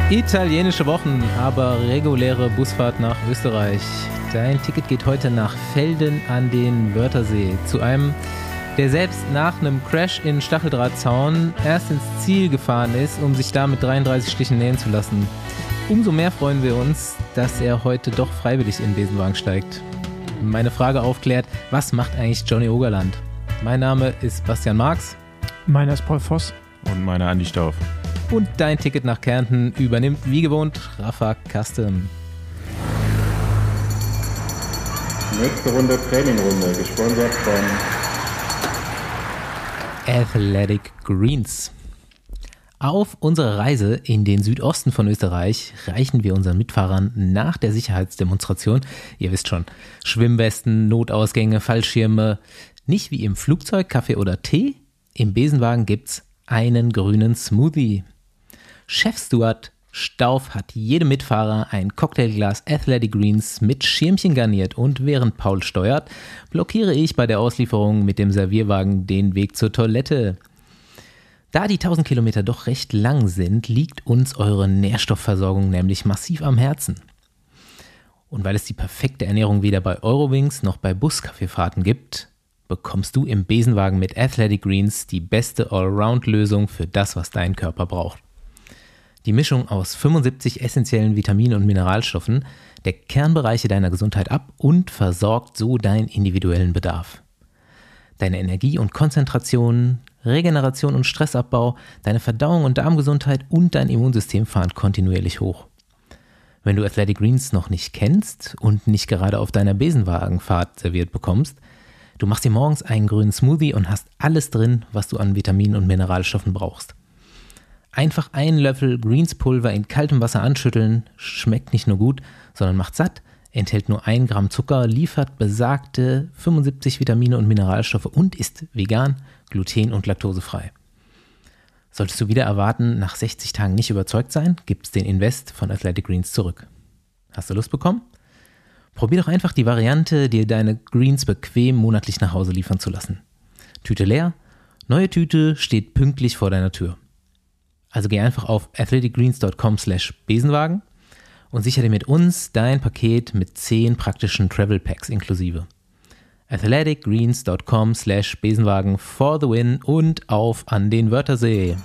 Italienische Wochen, aber reguläre Busfahrt nach Österreich. Dein Ticket geht heute nach Velden an den Wörthersee. Zu einem, der selbst nach einem Crash in Stacheldrahtzaun erst ins Ziel gefahren ist, um sich da mit 33 Stichen nähen zu lassen. Umso mehr freuen wir uns, dass er heute doch freiwillig in den Besenwagen steigt. Meine Frage aufklärt, was macht eigentlich Johnny Ogerland? Mein Name ist Bastian Marx. Meiner ist Paul Voss. Und meiner Andi Stauf. Und dein Ticket nach Kärnten übernimmt wie gewohnt Rafa Custom. Nächste Runde Trainingrunde, gesponsert von Athletic Greens. Auf unserer Reise in den Südosten von Österreich reichen wir unseren Mitfahrern nach der Sicherheitsdemonstration, ihr wisst schon, Schwimmwesten, Notausgänge, Fallschirme, nicht wie im Flugzeug Kaffee oder Tee, im Besenwagen gibt's einen grünen Smoothie. Chefsteward Stauf hat jedem Mitfahrer ein Cocktailglas Athletic Greens mit Schirmchen garniert und während Paul steuert, blockiere ich bei der Auslieferung mit dem Servierwagen den Weg zur Toilette. Da die 1000 Kilometer doch recht lang sind, liegt uns eure Nährstoffversorgung nämlich massiv am Herzen. Und weil es die perfekte Ernährung weder bei Eurowings noch bei Buskaffeefahrten gibt, bekommst du im Besenwagen mit Athletic Greens die beste Allround-Lösung für das, was dein Körper braucht. Die Mischung aus 75 essentiellen Vitaminen und Mineralstoffen deckt Kernbereiche deiner Gesundheit ab und versorgt so deinen individuellen Bedarf. Deine Energie und Konzentration, Regeneration und Stressabbau, deine Verdauung und Darmgesundheit und dein Immunsystem fahren kontinuierlich hoch. Wenn du Athletic Greens noch nicht kennst und nicht gerade auf deiner Besenwagenfahrt serviert bekommst, du machst dir morgens einen grünen Smoothie und hast alles drin, was du an Vitaminen und Mineralstoffen brauchst. Einfach einen Löffel Greenspulver in kaltem Wasser anschütteln, schmeckt nicht nur gut, sondern macht satt, enthält nur 1 Gramm Zucker, liefert besagte 75 Vitamine und Mineralstoffe und ist vegan, gluten- und laktosefrei. Solltest du wieder erwarten, nach 60 Tagen nicht überzeugt sein, gibt's den Invest von Athletic Greens zurück. Hast du Lust bekommen? Probier doch einfach die Variante, dir deine Greens bequem monatlich nach Hause liefern zu lassen. Tüte leer, neue Tüte steht pünktlich vor deiner Tür. Also geh einfach auf athleticgreens.com/Besenwagen und sichere dir mit uns dein Paket mit 10 praktischen Travel Packs inklusive. athleticgreens.com/Besenwagen for the win und auf an den Wörthersee.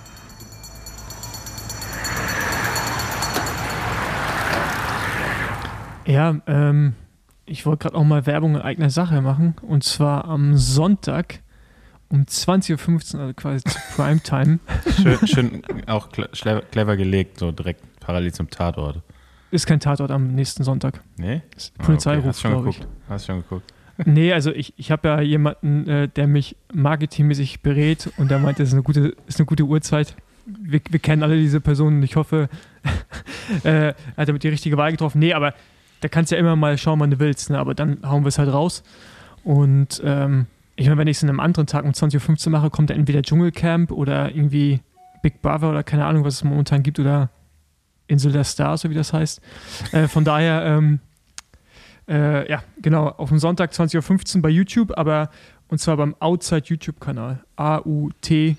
Ja, ich wollte gerade auch mal Werbung in eigener Sache machen. Und zwar am Sonntag um 20.15 Uhr, also quasi zu Primetime. Schön auch clever gelegt, so direkt parallel zum Tatort. Ist kein Tatort am nächsten Sonntag. Nee? Polizeiruf, glaube ich. Hast du schon geguckt? Nee, also ich habe ja jemanden, der mich marketingmäßig berät und der meint, das ist eine gute Uhrzeit. Wir kennen alle diese Person und ich hoffe, er hat damit die richtige Wahl getroffen. Nee, aber da kannst du ja immer mal schauen, wann du willst, ne? Aber dann hauen wir es halt raus. Und ich meine, wenn ich es an einem anderen Tag um 20.15 Uhr mache, kommt da entweder Dschungelcamp oder irgendwie Big Brother oder keine Ahnung, was es momentan gibt oder Insel der Stars, so wie das heißt. Von daher, ja, genau, auf dem Sonntag 20.15 Uhr bei YouTube, aber und zwar beim Outside YouTube-Kanal. AUTSAID.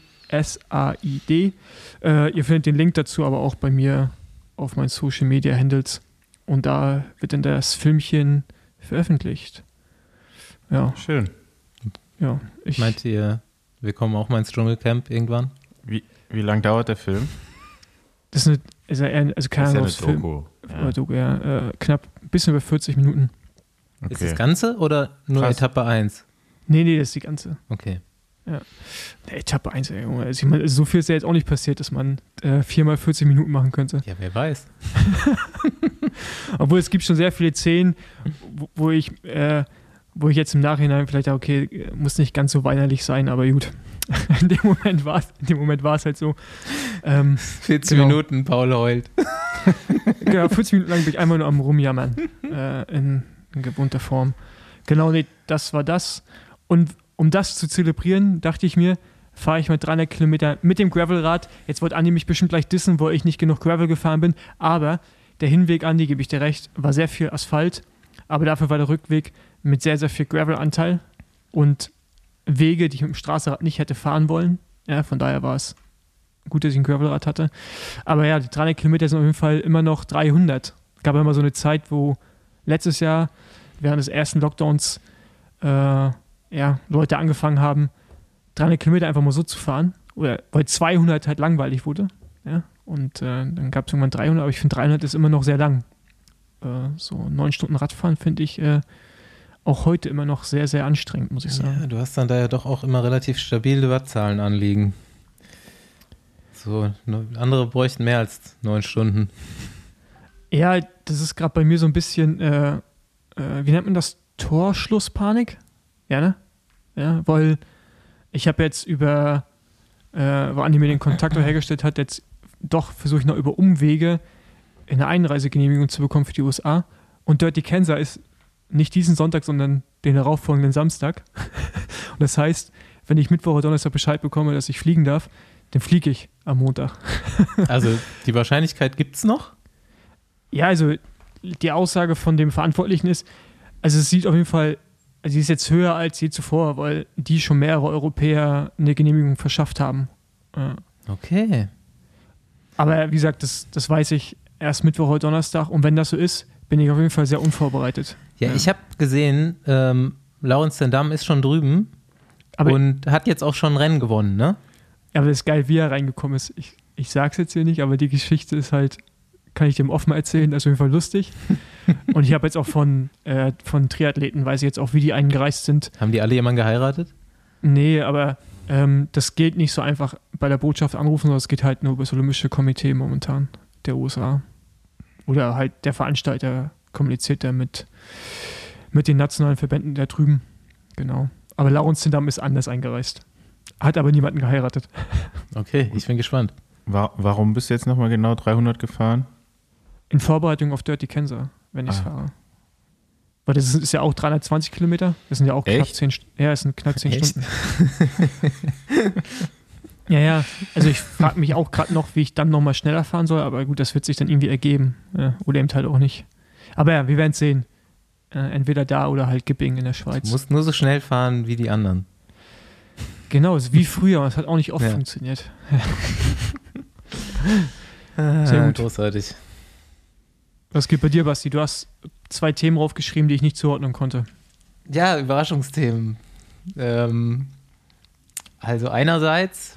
Ihr findet den Link dazu aber auch bei mir auf meinen Social Media Handles. Und da wird dann das Filmchen veröffentlicht. Ja. Schön. Ja, Meint ihr, wir kommen auch mal ins Dschungelcamp irgendwann? Wie lang dauert der Film? Das ist eine Doku. Doku, ja. Knapp ein bisschen über 40 Minuten. Okay. Ist das Ganze oder nur Krass. Etappe 1? Nee, das ist die ganze. Okay. Ja. Etappe 1, ey, Junge. Also ich meine, so viel ist ja jetzt auch nicht passiert, dass man 4 mal 40 Minuten machen könnte. Ja, wer weiß. Obwohl es gibt schon sehr viele Szenen, wo ich jetzt im Nachhinein vielleicht, okay, muss nicht ganz so weinerlich sein, aber gut. In dem Moment war es halt so. 14 Minuten, Paul heult. Genau, 40 Minuten lang bin ich einmal nur am Rumjammern. In gewohnter Form. Genau, nee, das war das. Und um das zu zelebrieren, dachte ich mir, fahre ich mal 300 Kilometer mit dem Gravelrad. Jetzt wollte Andi mich bestimmt gleich dissen, weil ich nicht genug Gravel gefahren bin. Aber der Hinweg, Andi, gebe ich dir recht, war sehr viel Asphalt. Aber dafür war der Rückweg mit sehr, sehr viel Gravel-Anteil und Wege, die ich mit dem Straßenrad nicht hätte fahren wollen. Ja, von daher war es Gut, dass ich ein Gravelrad hatte. Aber ja, die 300 Kilometer sind auf jeden Fall immer noch 300. Gab immer so eine Zeit, wo letztes Jahr während des ersten Lockdowns Leute angefangen haben, 300 Kilometer einfach mal so zu fahren. Oder weil 200 halt langweilig wurde. Ja? Und dann gab es irgendwann 300, aber ich finde 300 ist immer noch sehr lang. So 9 Stunden Radfahren finde ich auch heute immer noch sehr, sehr anstrengend, muss ich sagen. Ja, du hast dann da ja doch auch immer relativ stabile Wattzahlen anliegen. So, andere bräuchten mehr als 9 Stunden. Ja, das ist gerade bei mir so ein bisschen, wie nennt man das? Torschlusspanik? Ja, ne? Ja, weil ich habe jetzt über, wo Andi mir den Kontakt hergestellt hat, jetzt doch versuche ich noch über Umwege eine Einreisegenehmigung zu bekommen für die USA. Und Dirty Kansas ist nicht diesen Sonntag, sondern den darauffolgenden Samstag. Und das heißt, wenn ich Mittwoch oder Donnerstag Bescheid bekomme, dass ich fliegen darf, dann fliege ich am Montag. Also die Wahrscheinlichkeit gibt es noch? Ja, also die Aussage von dem Verantwortlichen ist, also es sieht auf jeden Fall, also sie ist jetzt höher als je zuvor, weil die schon mehrere Europäer eine Genehmigung verschafft haben. Okay. Aber wie gesagt, das weiß ich erst Mittwoch oder Donnerstag. Und wenn das so ist, bin ich auf jeden Fall sehr unvorbereitet. Ja, ich habe gesehen, Laurens ten Dam ist schon drüben und hat jetzt auch schon ein Rennen gewonnen, ne? Aber das ist geil, wie er reingekommen ist. Ich sag's jetzt hier nicht, aber die Geschichte ist halt, kann ich dem offen erzählen, das ist auf jeden Fall lustig. Und ich habe jetzt auch von Triathleten, weiß ich jetzt auch, wie die eingereist sind. Haben die alle jemanden geheiratet? Nee, aber das geht nicht so einfach bei der Botschaft anrufen, sondern es geht halt nur über das Olympische Komitee momentan der USA. Oder halt der Veranstalter kommuniziert da mit den nationalen Verbänden da drüben. Genau. Aber Laurens ten Dam ist anders eingereist. Hat aber niemanden geheiratet. Okay, ich bin gespannt. Warum bist du jetzt nochmal genau 300 gefahren? In Vorbereitung auf Dirty Kansas, wenn ich es fahre. Weil das ist ja auch 320 Kilometer. Das sind ja auch knapp 10 Stunden. Ja, es sind knapp 10 Stunden. Ja. Also ich frage mich auch gerade noch, wie ich dann nochmal schneller fahren soll. Aber gut, das wird sich dann irgendwie ergeben. Ja, oder eben halt auch nicht. Aber ja, wir werden es sehen. Entweder da oder halt Gipping in der Schweiz. Du musst nur so schnell fahren wie die anderen. Genau, es ist wie früher. Das hat auch nicht oft funktioniert. Sehr gut. Großartig. Was geht bei dir, Basti? Du hast 2 Themen draufgeschrieben, die ich nicht zuordnen konnte. Ja, Überraschungsthemen. Also einerseits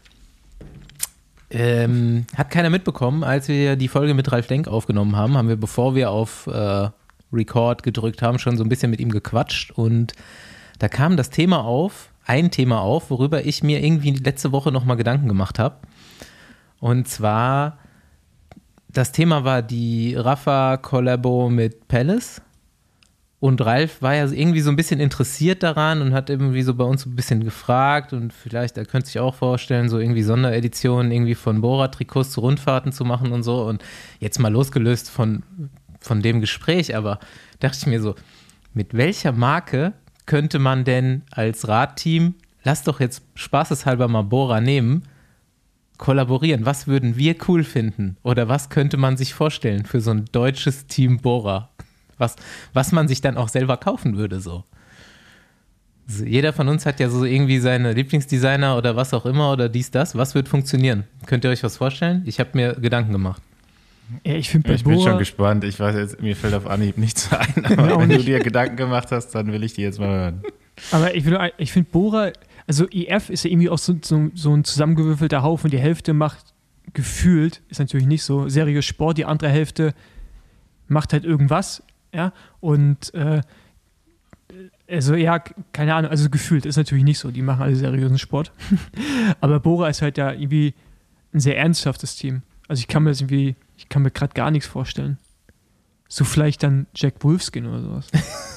hat keiner mitbekommen, als wir die Folge mit Ralf Denk aufgenommen haben, haben wir, bevor wir auf Record gedrückt haben, schon so ein bisschen mit ihm gequatscht und da kam ein Thema auf, worüber ich mir irgendwie letzte Woche nochmal Gedanken gemacht habe. Und zwar, das Thema war die Rafa-Kollabo mit Palace. Und Ralf war ja irgendwie so ein bisschen interessiert daran und hat irgendwie so bei uns ein bisschen gefragt und vielleicht, er könnte sich auch vorstellen, so irgendwie Sondereditionen irgendwie von Bora-Trikots zu Rundfahrten zu machen und so. Und jetzt mal losgelöst von dem Gespräch, aber dachte ich mir so, mit welcher Marke könnte man denn als Radteam, lass doch jetzt spaßeshalber mal Bora nehmen, kollaborieren? Was würden wir cool finden? Oder was könnte man sich vorstellen für so ein deutsches Team Bora? Was man sich dann auch selber kaufen würde, so. Also jeder von uns hat ja so irgendwie seine Lieblingsdesigner oder was auch immer oder dies, das. Was wird funktionieren? Könnt ihr euch was vorstellen? Ich habe mir Gedanken gemacht. Ja, ich bin schon gespannt. Ich weiß jetzt, mir fällt auf Anhieb nichts ein, aber wenn du dir Gedanken gemacht hast, dann will ich die jetzt mal hören. Aber ich finde Bora, also IF ist ja irgendwie auch so ein zusammengewürfelter Haufen. Die Hälfte macht gefühlt, ist natürlich nicht so, seriös Sport, die andere Hälfte macht halt irgendwas, ja, und also ja, keine Ahnung, also gefühlt ist natürlich nicht so, die machen alle seriösen Sport, aber Bora ist halt ja irgendwie ein sehr ernsthaftes Team, also ich kann mir gerade gar nichts vorstellen. So vielleicht dann Jack Wolfskin oder sowas.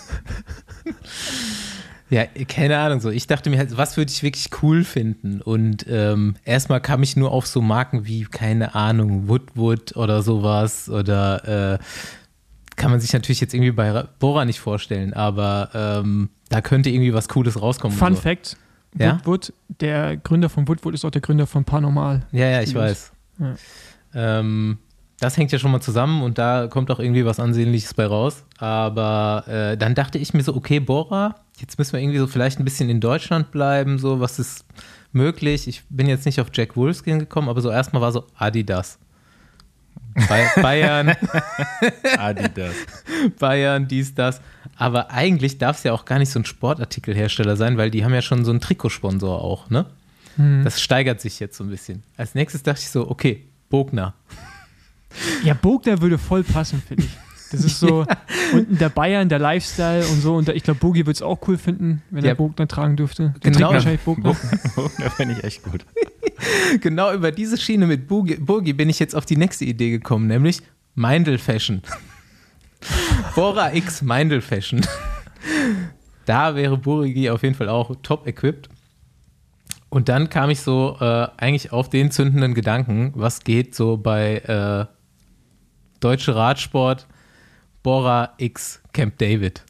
Ja, keine Ahnung, so. Ich dachte mir halt, was würde ich wirklich cool finden? Und erstmal kam ich nur auf so Marken wie, keine Ahnung, Woodwood oder sowas. Oder kann man sich natürlich jetzt irgendwie bei Bora nicht vorstellen, aber da könnte irgendwie was Cooles rauskommen. Fun so. Fact, Woodwood, der Gründer von Woodwood ist auch der Gründer von Paranormal. Ja, ich weiß. Ja. Das hängt ja schon mal zusammen und da kommt auch irgendwie was Ansehnliches bei raus. Aber dann dachte ich mir so, okay, Bora, jetzt müssen wir irgendwie so vielleicht ein bisschen in Deutschland bleiben, so, was ist möglich? Ich bin jetzt nicht auf Jack Wolfskin gekommen, aber so erstmal war so Adidas. Bayern. Adidas. Bayern, dies, das. Aber eigentlich darf es ja auch gar nicht so ein Sportartikelhersteller sein, weil die haben ja schon so einen Trikotsponsor auch, ne? Das steigert sich jetzt so ein bisschen. Als nächstes dachte ich so, okay, Bogner. Ja, Bogner würde voll passen, finde ich. Das ist so, und der Bayern, der Lifestyle und so. Und ich glaube, Bogi würde es auch cool finden, wenn er Bogner tragen dürfte. Der trägt wahrscheinlich Bogner. Bogner fände ich echt gut. Genau über diese Schiene mit Bogi bin ich jetzt auf die nächste Idee gekommen, nämlich Meindl Fashion. Bora X Meindl Fashion. Da wäre Bogi auf jeden Fall auch top equipped. Und dann kam ich so eigentlich auf den zündenden Gedanken, was geht so bei Deutsche Radsport Bora X Camp David.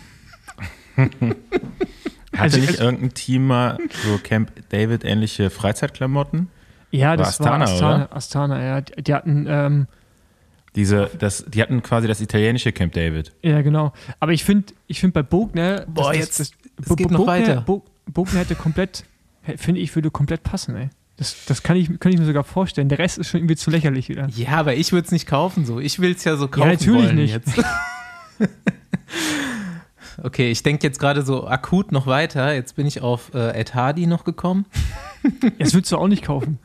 Hatte nicht irgendein Team mal so Camp David ähnliche Freizeitklamotten? Ja, das war Astana, oder? Astana, ja. Die hatten die hatten quasi das italienische Camp David. Ja, genau. Aber ich finde bei Bogner, es geht noch weiter. Bogner hätte komplett, finde ich, würde komplett passen, ey. Das kann ich mir sogar vorstellen. Der Rest ist schon irgendwie zu lächerlich wieder. Ja, aber ich würde es nicht kaufen so. Ich will es ja so kaufen. Ja, natürlich wollen nicht. Jetzt. Okay, ich denke jetzt gerade so akut noch weiter. Jetzt bin ich auf Ed Hardy noch gekommen. Das würdest du auch nicht kaufen.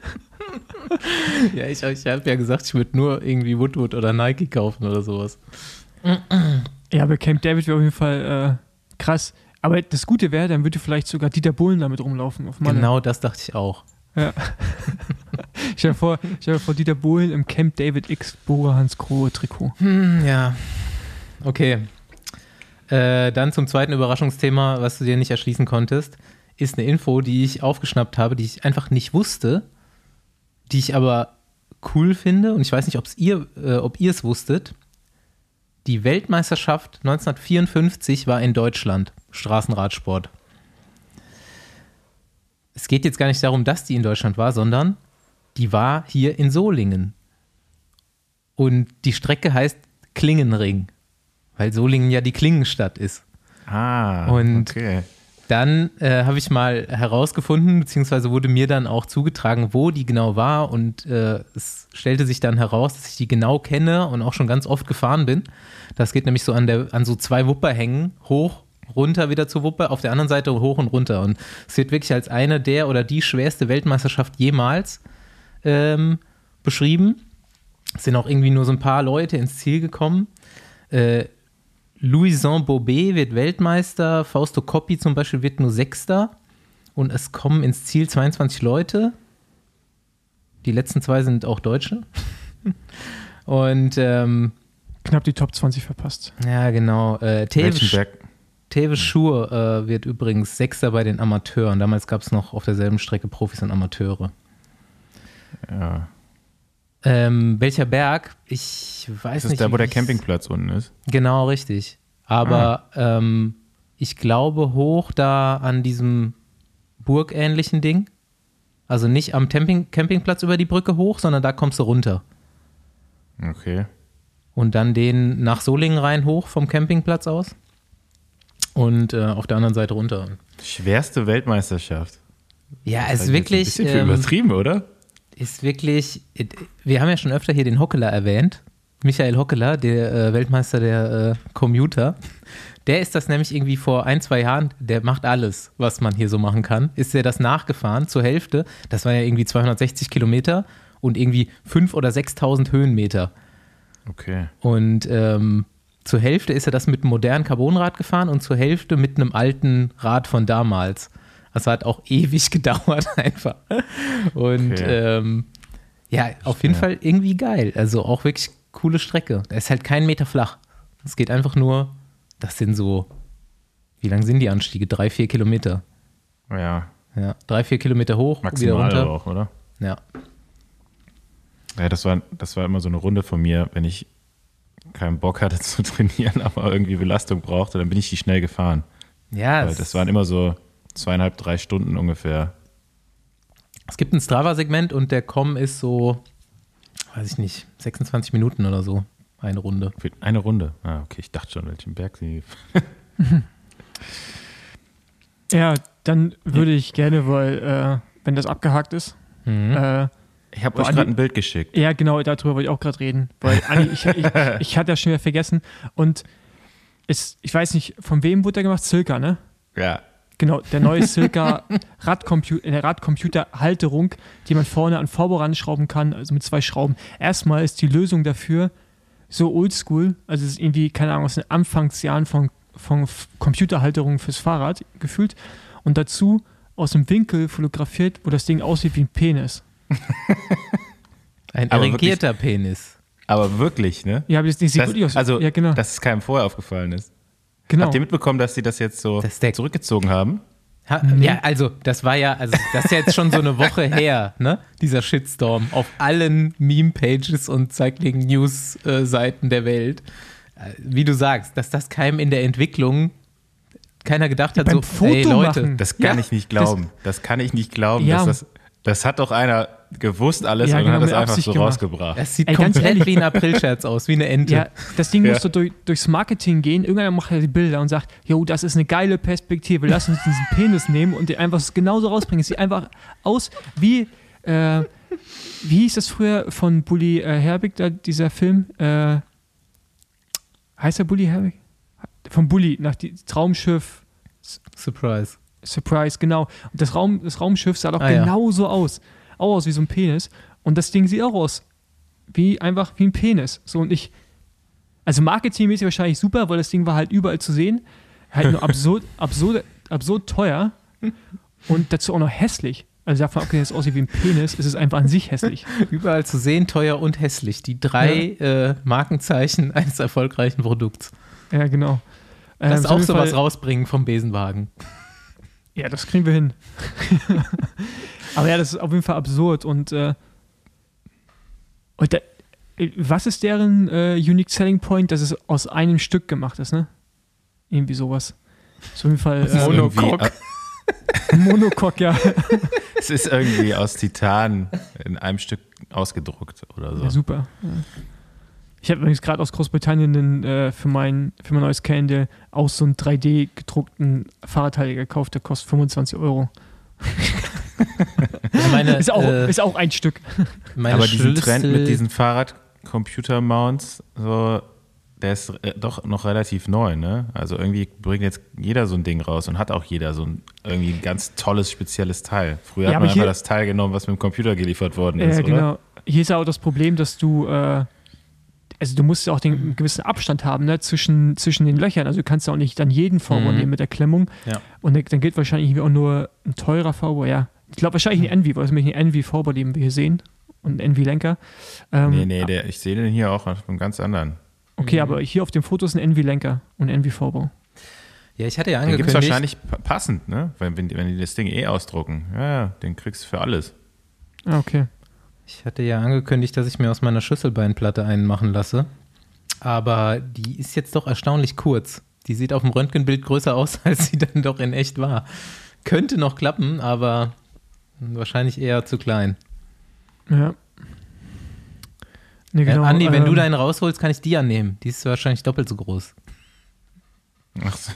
Ja, ich habe ja gesagt, ich würde nur irgendwie Woodwood oder Nike kaufen oder sowas. Ja, aber Camp David wäre auf jeden Fall krass. Aber das Gute wäre, dann würde vielleicht sogar Dieter Bohlen damit rumlaufen. Auf Malle. Genau, das dachte ich auch. Ja. Stell dir vor Dieter Bohlen im Camp David X Bora Hans Grohe Trikot. Ja, okay. Dann zum zweiten Überraschungsthema, was du dir nicht erschließen konntest, ist eine Info, die ich aufgeschnappt habe, die ich einfach nicht wusste, die ich aber cool finde und ich weiß nicht, ob ihr es wusstet. Die Weltmeisterschaft 1954 war in Deutschland, Straßenradsport. Es geht jetzt gar nicht darum, dass die in Deutschland war, sondern die war hier in Solingen. Und die Strecke heißt Klingenring, weil Solingen ja die Klingenstadt ist. Und okay. Dann habe ich mal herausgefunden, beziehungsweise wurde mir dann auch zugetragen, wo die genau war und es stellte sich dann heraus, dass ich die genau kenne und auch schon ganz oft gefahren bin. Das geht nämlich so an so zwei Wupperhängen hoch, runter wieder zur Wupper, auf der anderen Seite hoch und runter und es wird wirklich als eine der oder die schwerste Weltmeisterschaft jemals beschrieben. Es sind auch irgendwie nur so ein paar Leute ins Ziel gekommen. Louison Bobet wird Weltmeister, Fausto Coppi zum Beispiel wird nur Sechster und es kommen ins Ziel 22 Leute. Die letzten zwei sind auch Deutsche. Und knapp die Top 20 verpasst. Ja, genau. Tewe Schur wird übrigens Sechster bei den Amateuren. Damals gab es noch auf derselben Strecke Profis und Amateure. Ja. Welcher Berg? Ich weiß nicht. Das ist der, wo der Campingplatz unten ist? Genau, richtig. Aber ich glaube hoch da an diesem burgähnlichen Ding. Also nicht am Campingplatz über die Brücke hoch, sondern da kommst du runter. Okay. Und dann den nach Solingen rein hoch vom Campingplatz aus. Und auf der anderen Seite runter. Schwerste Weltmeisterschaft. Ja, es ist wirklich. Ein bisschen übertrieben, oder? Ist wirklich, wir haben ja schon öfter hier den Hockeler erwähnt, Michael Hockeler, der Weltmeister der Commuter, der ist das nämlich irgendwie vor 1-2 Jahren, der macht alles, was man hier so machen kann, ist er das nachgefahren zur Hälfte, das waren ja irgendwie 260 Kilometer und irgendwie 5.000 oder 6.000 Höhenmeter. Okay. Und zur Hälfte ist er das mit einem modernen Carbonrad gefahren und zur Hälfte mit einem alten Rad von damals. Das hat auch ewig gedauert einfach. Und okay. Auf jeden Fall irgendwie geil. Also auch wirklich coole Strecke. Da ist halt kein Meter flach. Es geht einfach nur, das sind so, wie lang sind die Anstiege? 3-4 Kilometer. Ja. 3-4 Kilometer hoch, maximal wieder runter. Auch, oder? Ja. Ja, das war immer so eine Runde von mir, wenn ich keinen Bock hatte zu trainieren, aber irgendwie Belastung brauchte, dann bin ich die schnell gefahren. Ja. Weil das waren immer so 2,5-3 Stunden ungefähr. Es gibt ein Strava-Segment und der Com ist so weiß ich nicht, 26 Minuten oder so, eine Runde. Für eine Runde? Ah, okay, ich dachte schon, welchen Berg sie... Ja, dann würde ich gerne, weil, wenn das abgehakt ist, Ich habe euch gerade ein Bild geschickt. ja, genau, darüber wollte ich auch gerade reden. Weil Andi, ich hatte das schon wieder vergessen. Und ich weiß nicht, von wem wurde der gemacht? Silka, ne? Ja. Genau, der neue Silka Radcomputer-Halterung, die man vorne an Vorbau ranschrauben kann, also mit 2 Schrauben. Erstmal ist die Lösung dafür so oldschool, also es ist irgendwie, keine Ahnung, aus den Anfangsjahren von Computerhalterungen fürs Fahrrad gefühlt. Und dazu aus dem Winkel fotografiert, wo das Ding aussieht wie ein Penis. Ein Aber erigierter Penis. Aber wirklich, ne? Ja, aber das sieht wirklich aus. Also, ja, genau. dass es keinem vorher aufgefallen ist. Genau. Habt ihr mitbekommen, dass sie das jetzt so zurückgezogen haben? Ja, also das war ja, also das ist ja jetzt schon so eine Woche her, ne? Dieser Shitstorm auf allen Meme-Pages und Cycling-News-Seiten der Welt. Wie du sagst, dass das keinem in der Entwicklung keiner gedacht hat, beim so, hey Leute. Fotomachen. Das kann ich nicht glauben. Das kann ich nicht glauben. Ja. Das hat doch einer gewusst alles Ja, und genau, hat das mit einfach Absicht so gemacht. rausgebracht. Das sieht Ey, ganz komplett ehrlich. wie ein Aprilscherz aus, wie eine Ente. Ja, das Ding Ja. musste durchs Marketing gehen. Irgendwann macht er die Bilder und sagt, jo, das ist eine geile Perspektive, lass uns diesen Penis nehmen und den einfach genauso rausbringen. Es sieht einfach aus wie hieß das früher von Bully Herbig, dieser Film? Heißt der Bully Herbig? Von Bully, nach die Traumschiff Surprise. Surprise, genau. Und das Raumschiff sah doch Ja. genauso aus. Auch aus wie so ein Penis. Und das Ding sieht auch aus einfach wie ein Penis. So, und also marketingmäßig wahrscheinlich super, weil das Ding war halt überall zu sehen. Halt nur absurd teuer und dazu auch noch hässlich. Also davon abgesehen, dass es aussieht wie ein Penis, ist es einfach an sich hässlich. Überall zu sehen, teuer und hässlich. Die 3 Markenzeichen eines erfolgreichen Produkts. Ja, genau. Lass auf auch jeden sowas Fall- rausbringen vom Besenwagen. Ja, das kriegen wir hin. Aber ja, das ist auf jeden Fall absurd. Und was ist deren Unique Selling Point? Dass es aus einem Stück gemacht ist, ne? Irgendwie sowas. Ist auf jeden Fall Es ist Monocoque. Monocoque, ja. Es ist irgendwie aus Titan in einem Stück ausgedruckt oder so. Ja, super. Ja. Ich habe übrigens gerade aus Großbritannien für mein neues Candle aus so einem 3D gedruckten Fahrradteil gekauft, der kostet 25 €. Meine, Ist auch ein Stück. meine Aber diesen Trend Schlüssel- mit diesen Fahrrad-Computer-Mounts, so, der ist doch noch relativ neu, ne? Also irgendwie bringt jetzt jeder so ein Ding raus und hat auch jeder so irgendwie ein ganz tolles, spezielles Teil. Früher Ja, hat aber man einfach hier- das Teil genommen, was mit dem Computer geliefert worden ist, oder? Genau. Hier ist ja auch das Problem, dass du also du musst ja auch einen gewissen Abstand haben, ne, zwischen den Löchern. Also du kannst ja auch nicht dann jeden Vorbau nehmen mit der Klemmung. Ja. Und dann gilt wahrscheinlich auch nur ein teurer Vorbau, ja. Ich glaube wahrscheinlich ein Envy, weil es nämlich ein Envy-Vorbau, den wir hier sehen. Und ein Envy-Lenker. Nee, ich sehe den hier auch auf einem ganz anderen. Okay, aber hier auf dem Foto ist ein Envy-Lenker und ein Envy-Vorbau. Ja, ich hatte ja Den gibt es angekündigt. wahrscheinlich passend, ne? Wenn die das Ding ausdrucken. Ja, den kriegst du für alles. Ah, okay. Ich hatte ja angekündigt, dass ich mir aus meiner Schlüsselbeinplatte einen machen lasse. Aber die ist jetzt doch erstaunlich kurz. Die sieht auf dem Röntgenbild größer aus, als sie dann doch in echt war. Könnte noch klappen, aber wahrscheinlich eher zu klein. Ja. Nee, genau, Andi, wenn du deinen rausholst, kann ich die annehmen. Die ist wahrscheinlich doppelt so groß. Ach so.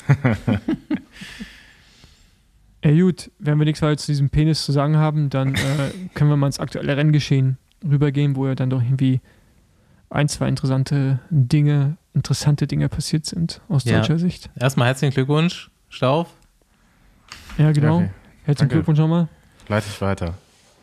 Gut, wenn wir nichts weiter zu diesem Penis zu sagen haben, dann können wir mal ins aktuelle Renngeschehen rübergehen, wo ja dann doch irgendwie ein, zwei interessante Dinge passiert sind aus Ja. deutscher Sicht. Erstmal herzlichen Glückwunsch, Stauf. Ja, genau. Okay. Herzlichen Danke. Glückwunsch nochmal. Leite ich weiter.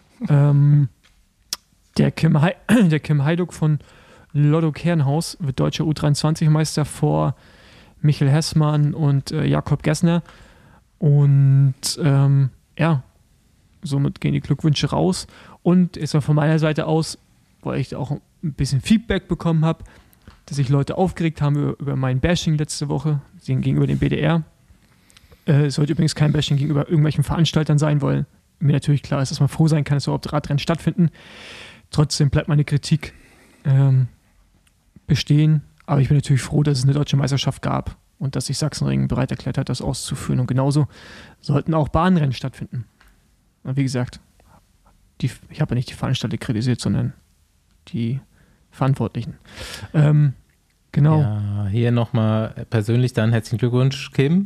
Der Kim Heiduk von Lotto Kernhaus wird deutscher U23-Meister vor Michael Hessmann und Jakob Gessner. Und ja, somit gehen die Glückwünsche raus. Und ist von meiner Seite aus, weil ich auch ein bisschen Feedback bekommen habe, dass sich Leute aufgeregt haben über mein Bashing letzte Woche gegenüber dem BDR. Es sollte übrigens kein Bashing gegenüber irgendwelchen Veranstaltern sein, weil mir natürlich klar ist, dass man froh sein kann, dass überhaupt Radrennen stattfinden. Trotzdem bleibt meine Kritik bestehen. Aber ich bin natürlich froh, dass es eine deutsche Meisterschaft gab und dass sich Sachsenring bereit erklärt hat, das auszuführen. Und genauso sollten auch Bahnrennen stattfinden. Und wie gesagt, ich habe ja nicht die Veranstalter kritisiert, sondern die Verantwortlichen. Genau. Ja, hier nochmal persönlich dann herzlichen Glückwunsch, Kim.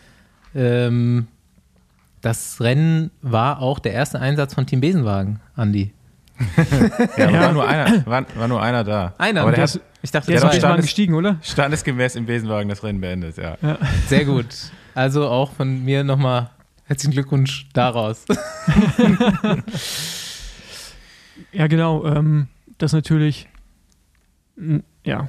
Das Rennen war auch der erste Einsatz von Team Besenwagen, Andi. Ja, war nur einer da. Einer, aber ich dachte, der ist zwei. auf Besenwagen gestiegen, oder? Standesgemäß im Besenwagen das Rennen beendet, ja. Sehr gut. Also auch von mir nochmal herzlichen Glückwunsch daraus. Ja, genau. Das natürlich, ja.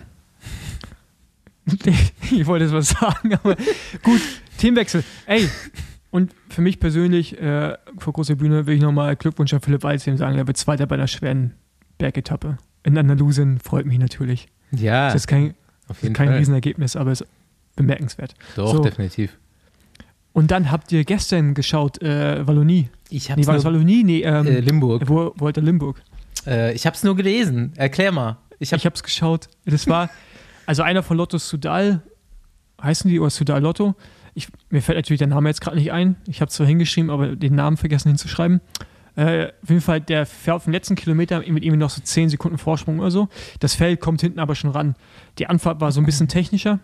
Ich wollte jetzt was sagen, aber gut, Teamwechsel. Ey, und für mich persönlich, vor großer Bühne, will ich nochmal Glückwunsch an Philipp Walzheim sagen, der wird Zweiter bei einer schweren Bergetappe. In Andalusien freut mich natürlich. Ja, Das ist kein Riesenergebnis, aber es ist bemerkenswert. Doch, So. definitiv. Und dann habt ihr gestern geschaut, Wallonie. Ich hab's Nee, war das nur, Wallonie? Nee, Limburg. wo wollte Limburg? Ich hab's nur gelesen. Erklär mal. Ich hab's geschaut. Das war, also einer von Lotto Soudal, heißen die, oder Soudal Lotto? Mir fällt natürlich der Name jetzt gerade nicht ein. Ich habe zwar hingeschrieben, aber den Namen vergessen hinzuschreiben. Auf jeden Fall, der fährt auf den letzten Kilometer mit ihm noch so 10 Sekunden Vorsprung oder so. Das Feld kommt hinten aber schon ran. Die Anfahrt war so ein bisschen technischer.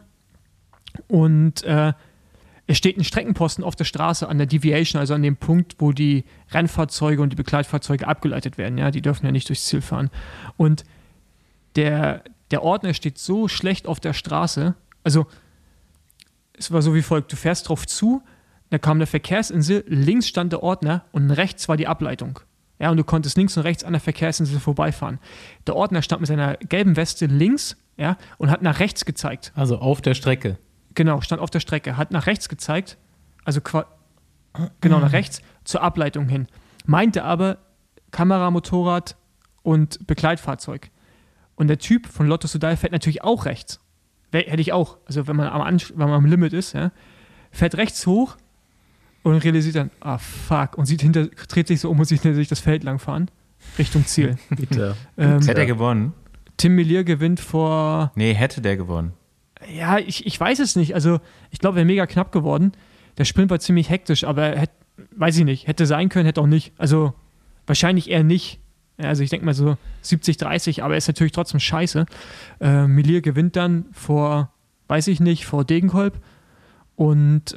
Und es steht ein Streckenposten auf der Straße an der Deviation, also an dem Punkt, wo die Rennfahrzeuge und die Begleitfahrzeuge abgeleitet werden. Ja, die dürfen ja nicht durchs Ziel fahren. Und der Ordner steht so schlecht auf der Straße. Also es war so wie folgt: Du fährst drauf zu, da kam eine Verkehrsinsel, links stand der Ordner und rechts war die Ableitung. Ja, und du konntest links und rechts an der Verkehrsinsel vorbeifahren. Der Ordner stand mit seiner gelben Weste links, ja, und hat nach rechts gezeigt. Also auf der Strecke. Genau, stand auf der Strecke, hat nach rechts gezeigt, also genau nach rechts, zur Ableitung hin. Meinte aber Kamera, Motorrad und Begleitfahrzeug. Und der Typ von Lotto Soudal fährt natürlich auch rechts. Hätte ich auch. Also wenn man am Limit ist, ja, fährt rechts hoch und realisiert dann, fuck, und dreht sich so um und sieht hinter sich das Feld lang fahren, Richtung Ziel. Bitte. Hätte er gewonnen? Tim Melier gewinnt vor... Nee, hätte der gewonnen. Ja, ich weiß es nicht. Also ich glaube, wäre mega knapp geworden. Der Sprint war ziemlich hektisch, aber weiß ich nicht. Hätte sein können, hätte auch nicht. Also wahrscheinlich eher nicht. Ja, also ich denke mal so 70-30, aber ist natürlich trotzdem scheiße. Melier gewinnt dann vor Degenkolb. Und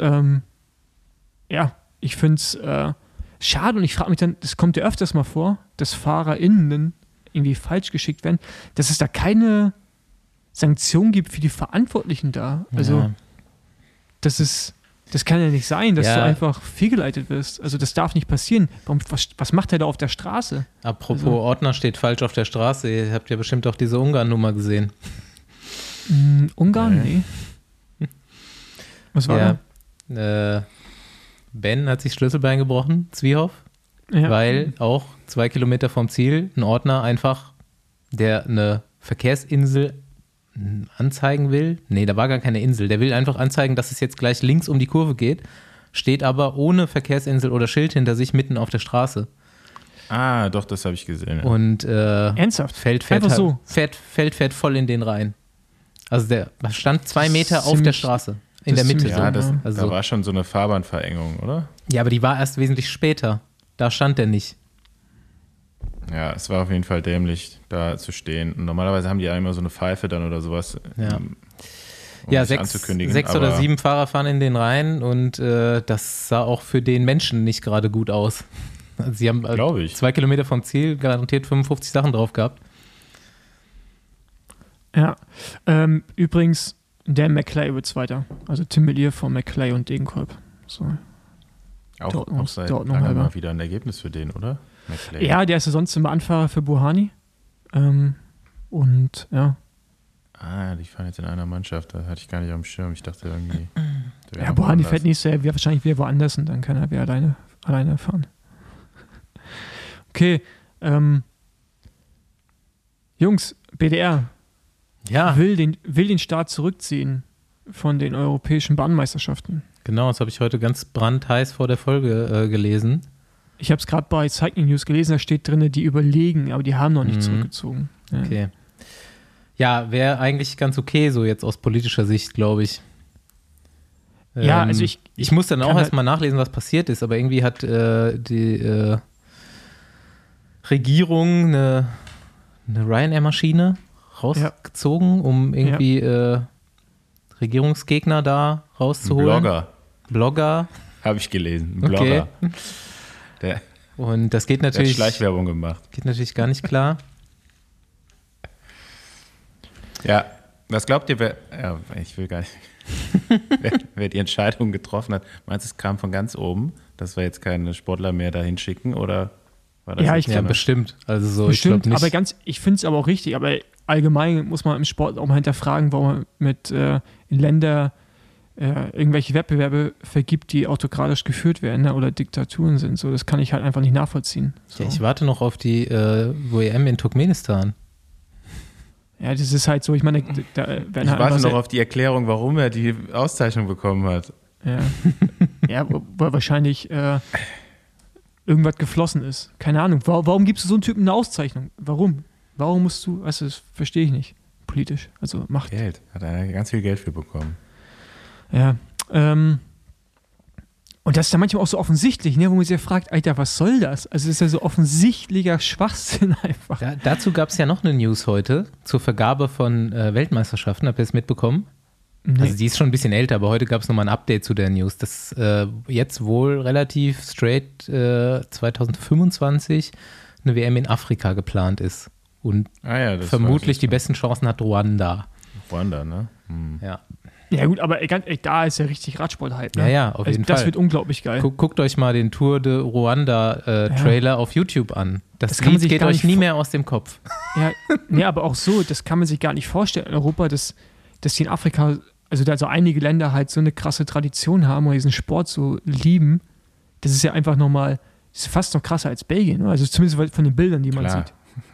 ja, ich finde es schade und ich frage mich dann, das kommt ja öfters mal vor, dass FahrerInnen irgendwie falsch geschickt werden, dass es da keine Sanktionen gibt für die Verantwortlichen da. Also Ja. das kann ja nicht sein, dass Ja. du einfach fehlgeleitet wirst. Also das darf nicht passieren. Was macht er da auf der Straße? Apropos Also- Ordner steht falsch auf der Straße. Ihr habt ja bestimmt auch diese Ungarn-Nummer gesehen. Ungarn? Nee. Was war Ja. Ben hat sich Schlüsselbein gebrochen, Zwiehoff, da? Ja. weil auch 2 Kilometer vom Ziel ein Ordner einfach, der eine Verkehrsinsel anzeigen will. Nee, da war gar keine Insel. Der will einfach anzeigen, dass es jetzt gleich links um die Kurve geht, steht aber ohne Verkehrsinsel oder Schild hinter sich mitten auf der Straße. Ah, doch, das habe ich gesehen. Ja. Und Ernsthaft? fährt Einfach so? fährt voll in den rein. Also der stand 2 Meter auf Ziemlich- der Straße. In das der ist Mitte. ziemlich- Ja, Also- da war schon so eine Fahrbahnverengung, oder? Ja, aber die war erst wesentlich später. Da stand der nicht. Ja, es war auf jeden Fall dämlich, da zu stehen. Und normalerweise haben die ja immer so eine Pfeife dann oder sowas, Ja. um Ja, sich 6 anzukündigen. oder aber 7 Fahrer fahren in den rein und das sah auch für den Menschen nicht gerade gut aus. Also sie haben Glaube ich. 2 Kilometer vom Ziel garantiert 55 Sachen drauf gehabt. Ja. Übrigens, Dan McClay wird Zweiter. Also Tim Melier von McClay und Degenkolb. So. auch Ordnung- seit der Ordnung langem halber. mal wieder ein Ergebnis für den, oder? McLean. Ja, der ist ja sonst immer Anfahrer für Buhani. Und ja. Ah, die fahren jetzt in einer Mannschaft, da hatte ich gar nicht auf dem Schirm. Ich dachte irgendwie. der wäre Ja, noch Buhani woanders. fährt nicht sehr, wahrscheinlich wieder woanders und dann kann er wieder alleine fahren. Okay, Jungs, BDR Ja, will den Start zurückziehen von den europäischen Bahnmeisterschaften. genau, das habe ich heute ganz brandheiß vor der Folge gelesen. Ich habe es gerade bei Cycling News gelesen, da steht drin, die überlegen, aber die haben noch nicht Mhm. zurückgezogen. Ja. Okay. Ja, wäre eigentlich ganz okay, so jetzt aus politischer Sicht, glaube ich. Ja, also ich muss dann auch kann erstmal nachlesen, was passiert ist, aber irgendwie hat die Regierung eine eine Ryanair-Maschine rausgezogen, um irgendwie Regierungsgegner da rauszuholen. Blogger. Habe ich gelesen. Ein Okay. Blogger. Und das geht Der hat natürlich, Schleichwerbung gemacht. geht natürlich gar nicht klar. Ja, was glaubt ihr, ich will gar nicht, wer die Entscheidung getroffen hat? Meinst du, es kam von ganz oben, dass wir jetzt keine Sportler mehr dahin schicken, oder war das Ja, nicht ich Ja, so? bestimmt. Also so, Bestimmt, ich glaube nicht. aber ich finde es aber auch richtig. Aber allgemein muss man im Sport auch mal hinterfragen, warum man mit in Länder irgendwelche Wettbewerbe vergibt, die autokratisch geführt werden, ne, oder Diktaturen sind. So, das kann ich halt einfach nicht nachvollziehen. So. Ja, ich warte noch auf die WM in Turkmenistan. Ja, das ist halt so. Ich meine, da werden Ich halt warte einfach noch auf die Erklärung, warum er die Auszeichnung bekommen hat. Ja, ja, weil wahrscheinlich irgendwas geflossen ist. Keine Ahnung. Warum gibst du so einem Typen eine Auszeichnung? Warum? Warum musst du, weißt du, das verstehe ich nicht. Politisch. Also Macht. Geld. Hat er ganz viel Geld für bekommen. Ja. Und das ist ja manchmal auch so offensichtlich, ne, wo man sich ja fragt, Alter, was soll das? Also das ist ja so offensichtlicher Schwachsinn einfach. Dazu gab es ja noch eine News heute zur Vergabe von Weltmeisterschaften. Habt ihr das mitbekommen? Nee. Also die ist schon ein bisschen älter, aber heute gab es nochmal ein Update zu der News, dass jetzt wohl relativ straight 2025 eine WM in Afrika geplant ist. Und Das vermutlich weiß die ich. besten Chancen hat Ruanda. Ruanda, ne? Hm. Ja, Ja gut, aber da ist ja richtig Radsport-Hype. Ne? ja, ja, auf jeden Das Fall. wird unglaublich geil. Guckt euch mal den Tour de Ruanda Trailer auf YouTube an. Das kann man Lied sich geht gar euch nicht nie vor- mehr aus dem Kopf. Ja, nee, aber auch so, das kann man sich gar nicht vorstellen in Europa, dass die in Afrika, also da so einige Länder halt so eine krasse Tradition haben und diesen Sport so lieben. Das ist ja einfach nochmal, das ist fast noch krasser als Belgien, ne? Also zumindest von den Bildern, die man Klar. sieht.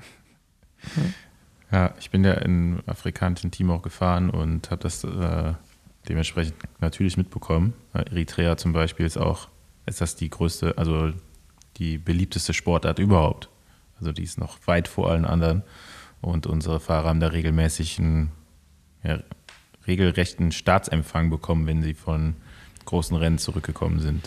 Ja, ich bin ja im afrikanischen Team auch gefahren und habe das dementsprechend natürlich mitbekommen. Eritrea zum Beispiel ist das die größte, also die beliebteste Sportart überhaupt. Also die ist noch weit vor allen anderen. Und unsere Fahrer haben da regelmäßig einen regelrechten Staatsempfang bekommen, wenn sie von großen Rennen zurückgekommen sind.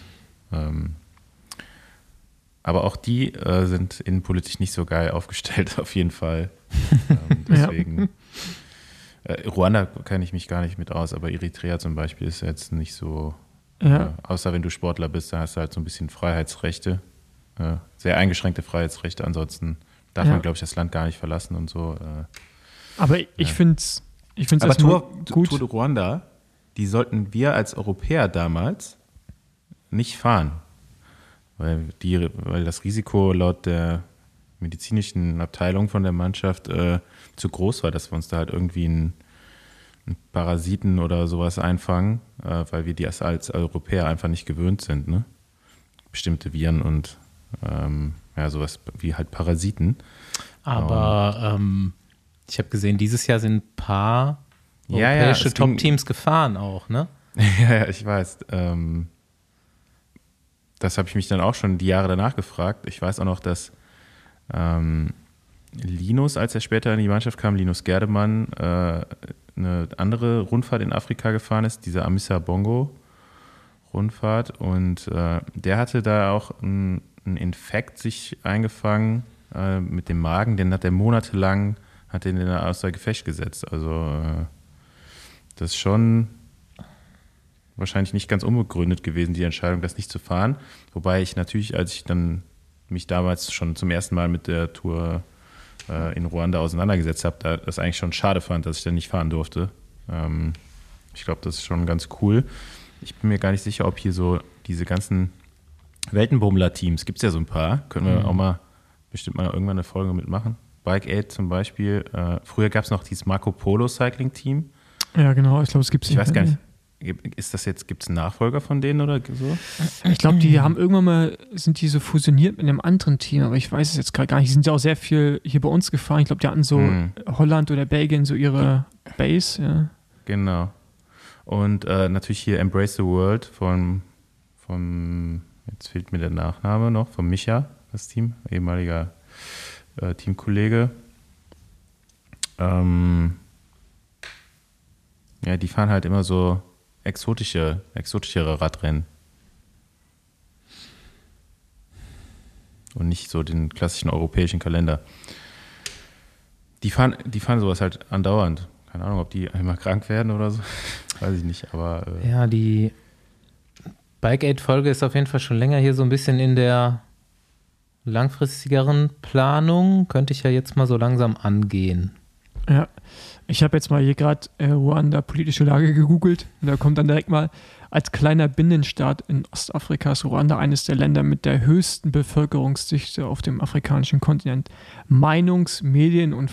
Aber auch die sind innenpolitisch nicht so geil aufgestellt, auf jeden Fall. Deswegen. Ruanda kenne ich mich gar nicht mit aus, aber Eritrea zum Beispiel ist jetzt nicht so. Ja. Außer wenn du Sportler bist, dann hast du halt so ein bisschen Freiheitsrechte. Sehr eingeschränkte Freiheitsrechte. Ansonsten darf man, glaube ich, das Land gar nicht verlassen und so. Aber ich finde es Aber erstmal Tour de Ruanda, die sollten wir als Europäer damals nicht fahren. Weil das Risiko laut der medizinischen Abteilung von der Mannschaft zu groß war, dass wir uns da halt irgendwie einen Parasiten oder sowas einfangen, weil wir die als Europäer einfach nicht gewöhnt sind, ne? Bestimmte Viren und sowas wie halt Parasiten. Aber ich habe gesehen, dieses Jahr sind ein paar Ja, europäische es ging- Top-Teams gefahren auch, ne? Ja, ich weiß. Das habe ich mich dann auch schon die Jahre danach gefragt. Ich weiß auch noch, dass Linus, als er später in die Mannschaft kam, Linus Gerdemann, eine andere Rundfahrt in Afrika gefahren ist, diese Amissa Bongo Rundfahrt. Und der hatte da auch einen Infekt sich eingefangen mit dem Magen. Den hat er monatelang außer Gefecht gesetzt. Also das ist schon wahrscheinlich nicht ganz unbegründet gewesen, die Entscheidung, das nicht zu fahren. Wobei ich natürlich, als ich dann mich damals schon zum ersten Mal mit der Tour in Ruanda auseinandergesetzt habe, da das eigentlich schon schade fand, dass ich dann nicht fahren durfte. Ich glaube, das ist schon ganz cool. Ich bin mir gar nicht sicher, ob hier so diese ganzen Weltenbummler-Teams, gibt es ja so ein paar, können wir auch mal bestimmt mal irgendwann eine Folge mitmachen. Bike Aid zum Beispiel. Früher gab es noch dieses Marco Polo Cycling Team. Ja, genau. Ich glaube, es gibt es Ich weiß gar nicht. Gibt es einen Nachfolger von denen oder so? Ich glaube, die haben irgendwann mal, sind die so fusioniert mit einem anderen Team, aber ich weiß es jetzt gerade gar nicht. Die sind ja auch sehr viel hier bei uns gefahren. Ich glaube, die hatten so Holland oder Belgien so ihre Base. Ja. Genau. Und natürlich hier Embrace the World von jetzt fehlt mir der Nachname noch, von Micha, das Team, ehemaliger Teamkollege. Ja, die fahren halt immer so exotischere Radrennen. Und nicht so den klassischen europäischen Kalender. Die fahren sowas halt andauernd. Keine Ahnung, ob die einmal krank werden oder so. Weiß ich nicht, aber. Ja, die Bike-Aid-Folge ist auf jeden Fall schon länger hier so ein bisschen in der langfristigeren Planung. Könnte ich ja jetzt mal so langsam angehen. Ja, ich habe jetzt mal hier gerade Ruanda politische Lage gegoogelt und da kommt dann direkt mal, als kleiner Binnenstaat in Ostafrika ist Ruanda eines der Länder mit der höchsten Bevölkerungsdichte auf dem afrikanischen Kontinent. Meinungs-, Medien- und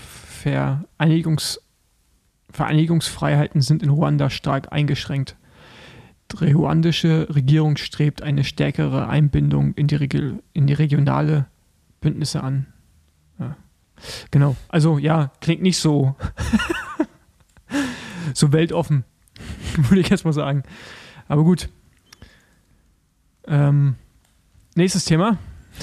Vereinigungsfreiheiten sind in Ruanda stark eingeschränkt. Die ruandische Regierung strebt eine stärkere Einbindung in die regionale Bündnisse an. Ja. Genau, also ja, klingt nicht so so weltoffen, würde ich jetzt mal sagen. Aber gut. Nächstes Thema.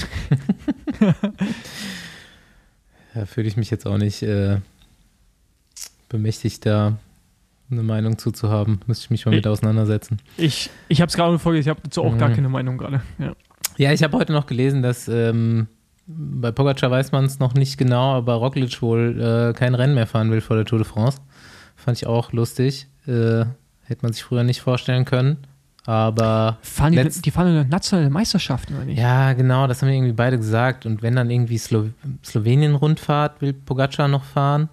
Da fühle ich mich jetzt auch nicht bemächtigt, da eine Meinung zuzuhaben. Müsste ich mich mal mit auseinandersetzen. Ich habe es gerade vorgelesen, ich habe dazu auch gar keine Meinung gerade. Ja, ich habe heute noch gelesen, dass bei Pogacar weiß man es noch nicht genau, aber Roglic wohl kein Rennen mehr fahren will vor der Tour de France. Fand ich auch lustig. Hätte man sich früher nicht vorstellen können. Aber die fahren eine nationale Meisterschaft, oder nicht? Ja, genau, das haben irgendwie beide gesagt. Und wenn dann irgendwie Slowenien-Rundfahrt will Pogacar noch fahren.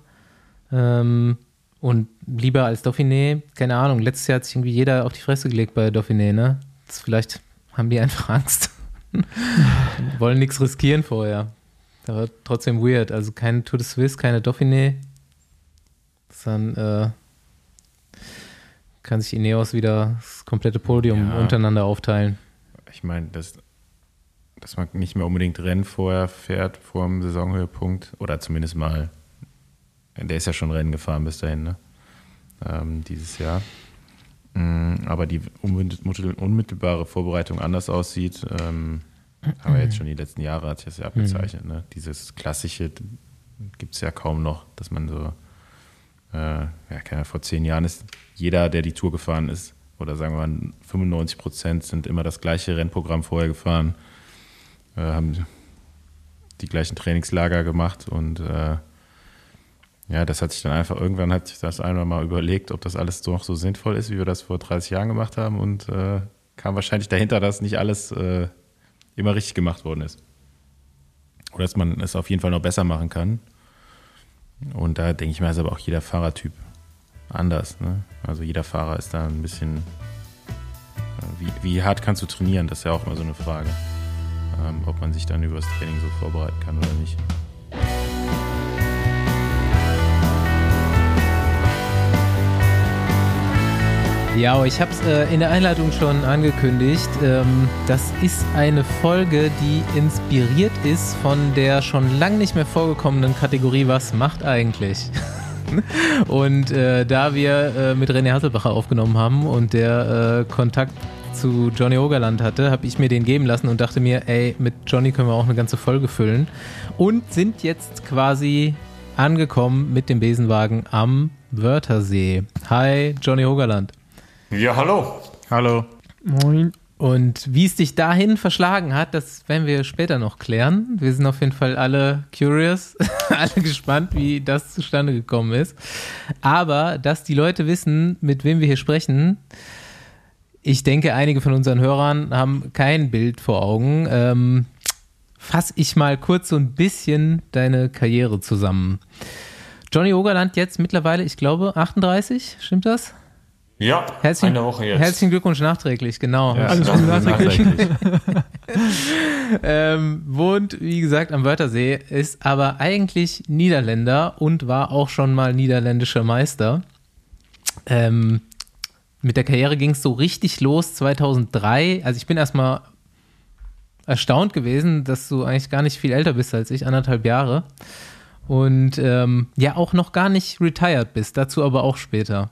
Und lieber als Dauphiné, keine Ahnung, letztes Jahr hat sich irgendwie jeder auf die Fresse gelegt bei Dauphiné, ne? Vielleicht haben die einfach Angst. Wollen nichts riskieren vorher. Das war trotzdem weird. Also keine Tour de Suisse, keine Dauphiné. Dann kann sich Ineos wieder das komplette Podium untereinander aufteilen. Ich meine, dass man nicht mehr unbedingt Rennen vorher fährt, vor dem Saisonhöhepunkt. Oder zumindest mal, der ist ja schon Rennen gefahren bis dahin, ne? Dieses Jahr. Aber die unmittelbare Vorbereitung anders aussieht, aber jetzt schon die letzten Jahre hat sich das ja abgezeichnet. Ne? Dieses Klassische gibt es ja kaum noch, dass man so, vor 10 Jahren ist jeder, der die Tour gefahren ist, oder sagen wir mal 95% sind immer das gleiche Rennprogramm vorher gefahren, haben die gleichen Trainingslager gemacht und das hat sich dann einfach, irgendwann hat sich das einmal mal überlegt, ob das alles noch so sinnvoll ist, wie wir das vor 30 Jahren gemacht haben und kam wahrscheinlich dahinter, dass nicht alles immer richtig gemacht worden ist. Oder dass man es auf jeden Fall noch besser machen kann. Und da denke ich mal, ist aber auch jeder Fahrertyp anders. Ne? Also jeder Fahrer ist da ein bisschen, wie hart kannst du trainieren? Das ist ja auch immer so eine Frage. Ob man sich dann über das Training so vorbereiten kann oder nicht. Ja, ich habe es in der Einleitung schon angekündigt. Das ist eine Folge, die inspiriert ist von der schon lange nicht mehr vorgekommenen Kategorie Was macht eigentlich? Und da wir mit René Hasselbacher aufgenommen haben und der Kontakt zu Johnny Ogerland hatte, habe ich mir den geben lassen und dachte mir, ey, mit Johnny können wir auch eine ganze Folge füllen. Und sind jetzt quasi angekommen mit dem Besenwagen am Wörthersee. Hi, Johnny Ogerland. Ja, hallo. Hallo. Moin. Und wie es dich dahin verschlagen hat, das werden wir später noch klären. Wir sind auf jeden Fall alle curious, alle gespannt, wie das zustande gekommen ist. Aber, dass die Leute wissen, mit wem wir hier sprechen, ich denke, einige von unseren Hörern haben kein Bild vor Augen. Fass ich mal kurz so ein bisschen deine Karriere zusammen. Johnny Ogerland jetzt mittlerweile, ich glaube, 38, stimmt das? Ja, eine Woche jetzt. Herzlichen Glückwunsch nachträglich, genau. Ja, Alles Gute nachträglich. Wohnt, wie gesagt, am Wörthersee, ist aber eigentlich Niederländer und war auch schon mal niederländischer Meister. Mit der Karriere ging es so richtig los 2003. Also ich bin erstmal erstaunt gewesen, dass du eigentlich gar nicht viel älter bist als ich, 1,5 Jahre. Und auch noch gar nicht retired bist, dazu aber auch später.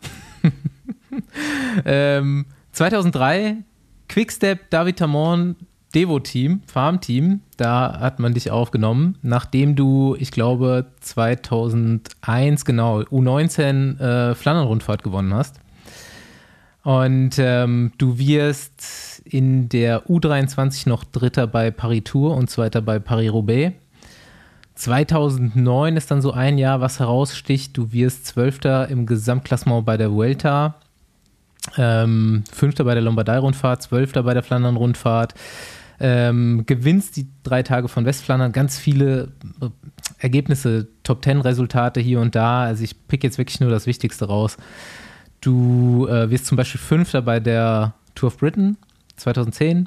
2003 Quickstep, David Tamon, Devo-Team, Farm-Team, da hat man dich aufgenommen, nachdem du, ich glaube, 2001, genau, U19 Flandern-Rundfahrt gewonnen hast. Und du wirst in der U23 noch Dritter bei Paris-Tours und Zweiter bei Paris-Roubaix. 2009 ist dann so ein Jahr, was heraussticht. Du wirst 12. im Gesamtklassement bei der Vuelta, 5. bei der Lombardei-Rundfahrt, 12. bei der Flandern-Rundfahrt, gewinnst die 3 Tage von Westflandern, ganz viele Ergebnisse, Top-10-Resultate hier und da. Also ich pick jetzt wirklich nur das Wichtigste raus. Du wirst zum Beispiel 5. bei der Tour of Britain 2010.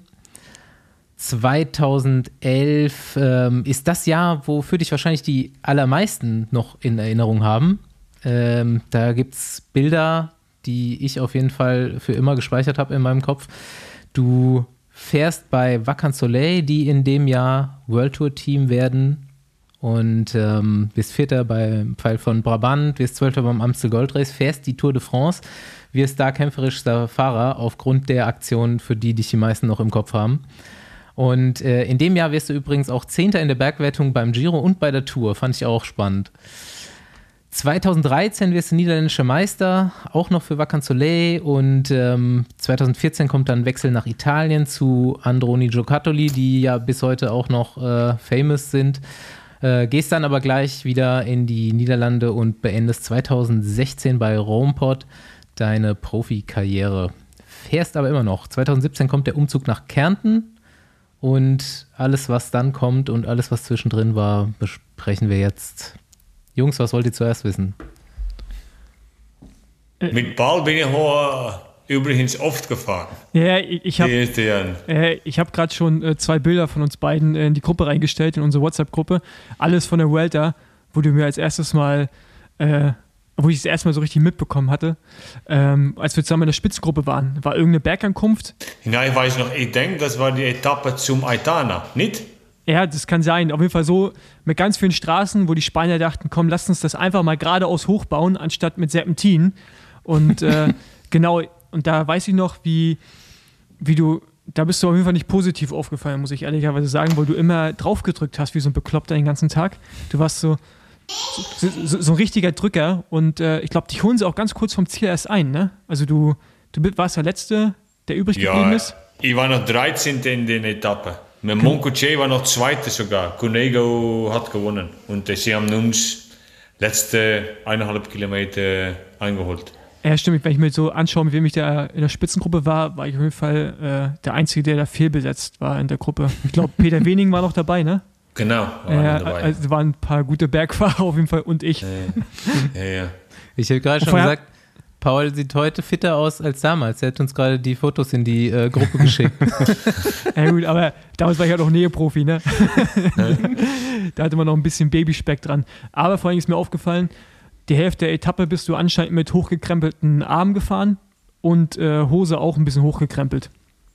2011 ist das Jahr, wofür dich wahrscheinlich die allermeisten noch in Erinnerung haben. Da gibt es Bilder, die ich auf jeden Fall für immer gespeichert habe in meinem Kopf. Du fährst bei Wacker Soleil, die in dem Jahr World Tour Team werden, und wirst 4. beim Pfeil von Brabant, wirst 12. beim Amstel Gold Race, fährst die Tour de France, wirst da kämpferischster Fahrer aufgrund der Aktion, für die dich die meisten noch im Kopf haben. Und in dem Jahr wirst du übrigens auch 10. in der Bergwertung beim Giro und bei der Tour, fand ich auch spannend. 2013 wirst du niederländischer Meister, auch noch für Wacker Soleil, und 2014 kommt dann Wechsel nach Italien zu Androni Giocattoli, die ja bis heute auch noch famous sind. Gehst dann aber gleich wieder in die Niederlande und beendest 2016 bei Roompot deine Profikarriere. Fährst aber immer noch. 2017 kommt der Umzug nach Kärnten, und alles, was dann kommt und alles, was zwischendrin war, besprechen wir jetzt. Jungs, was wollt ihr zuerst wissen? Mit Paul bin ich übrigens oft gefahren. Ja, ich habe gerade schon 2 Bilder von uns beiden in die Gruppe reingestellt, in unsere WhatsApp-Gruppe. Alles von der Vuelta, wo du mir als erstes Mal, wo ich das erste Mal so richtig mitbekommen hatte, als wir zusammen in der Spitzengruppe waren. War irgendeine Bergankunft? Ja, ich weiß noch, ich denke, das war die Etappe zum Aitana, nicht? Ja, das kann sein. Auf jeden Fall so mit ganz vielen Straßen, wo die Spanier dachten, komm, lass uns das einfach mal geradeaus hochbauen, anstatt mit Serpentin. Und genau, und da weiß ich noch, wie du, da bist du auf jeden Fall nicht positiv aufgefallen, muss ich ehrlicherweise sagen, weil du immer drauf gedrückt hast, wie so ein Bekloppter den ganzen Tag. Du warst so ein richtiger Drücker, und ich glaube, dich holen sie auch ganz kurz vom Ziel erst ein, ne? Also du warst der Letzte, der übrig geblieben ist. Ich war noch 13. in der Etappe. Mit Moncoutier war noch 2. sogar. Cunego hat gewonnen. Und sie haben uns letzte 1,5 Kilometer eingeholt. Ja, stimmt. Wenn ich mir so anschaue, mit wem ich da in der Spitzengruppe war ich auf jeden Fall der Einzige, der da fehlbesetzt war in der Gruppe. Ich glaube, Peter Wening war noch dabei, ne? Genau, war dabei. Also waren ein paar gute Bergfahrer auf jeden Fall, und ich. Ja. Ich habe gerade schon gesagt, Paul sieht heute fitter aus als damals. Er hat uns gerade die Fotos in die Gruppe geschickt. Ja gut, aber damals war ich ja noch Näheprofi, ne? Da hatte man noch ein bisschen Babyspeck dran. Aber vor allem ist mir aufgefallen, die Hälfte der Etappe bist du anscheinend mit hochgekrempelten Armen gefahren und Hose auch ein bisschen hochgekrempelt.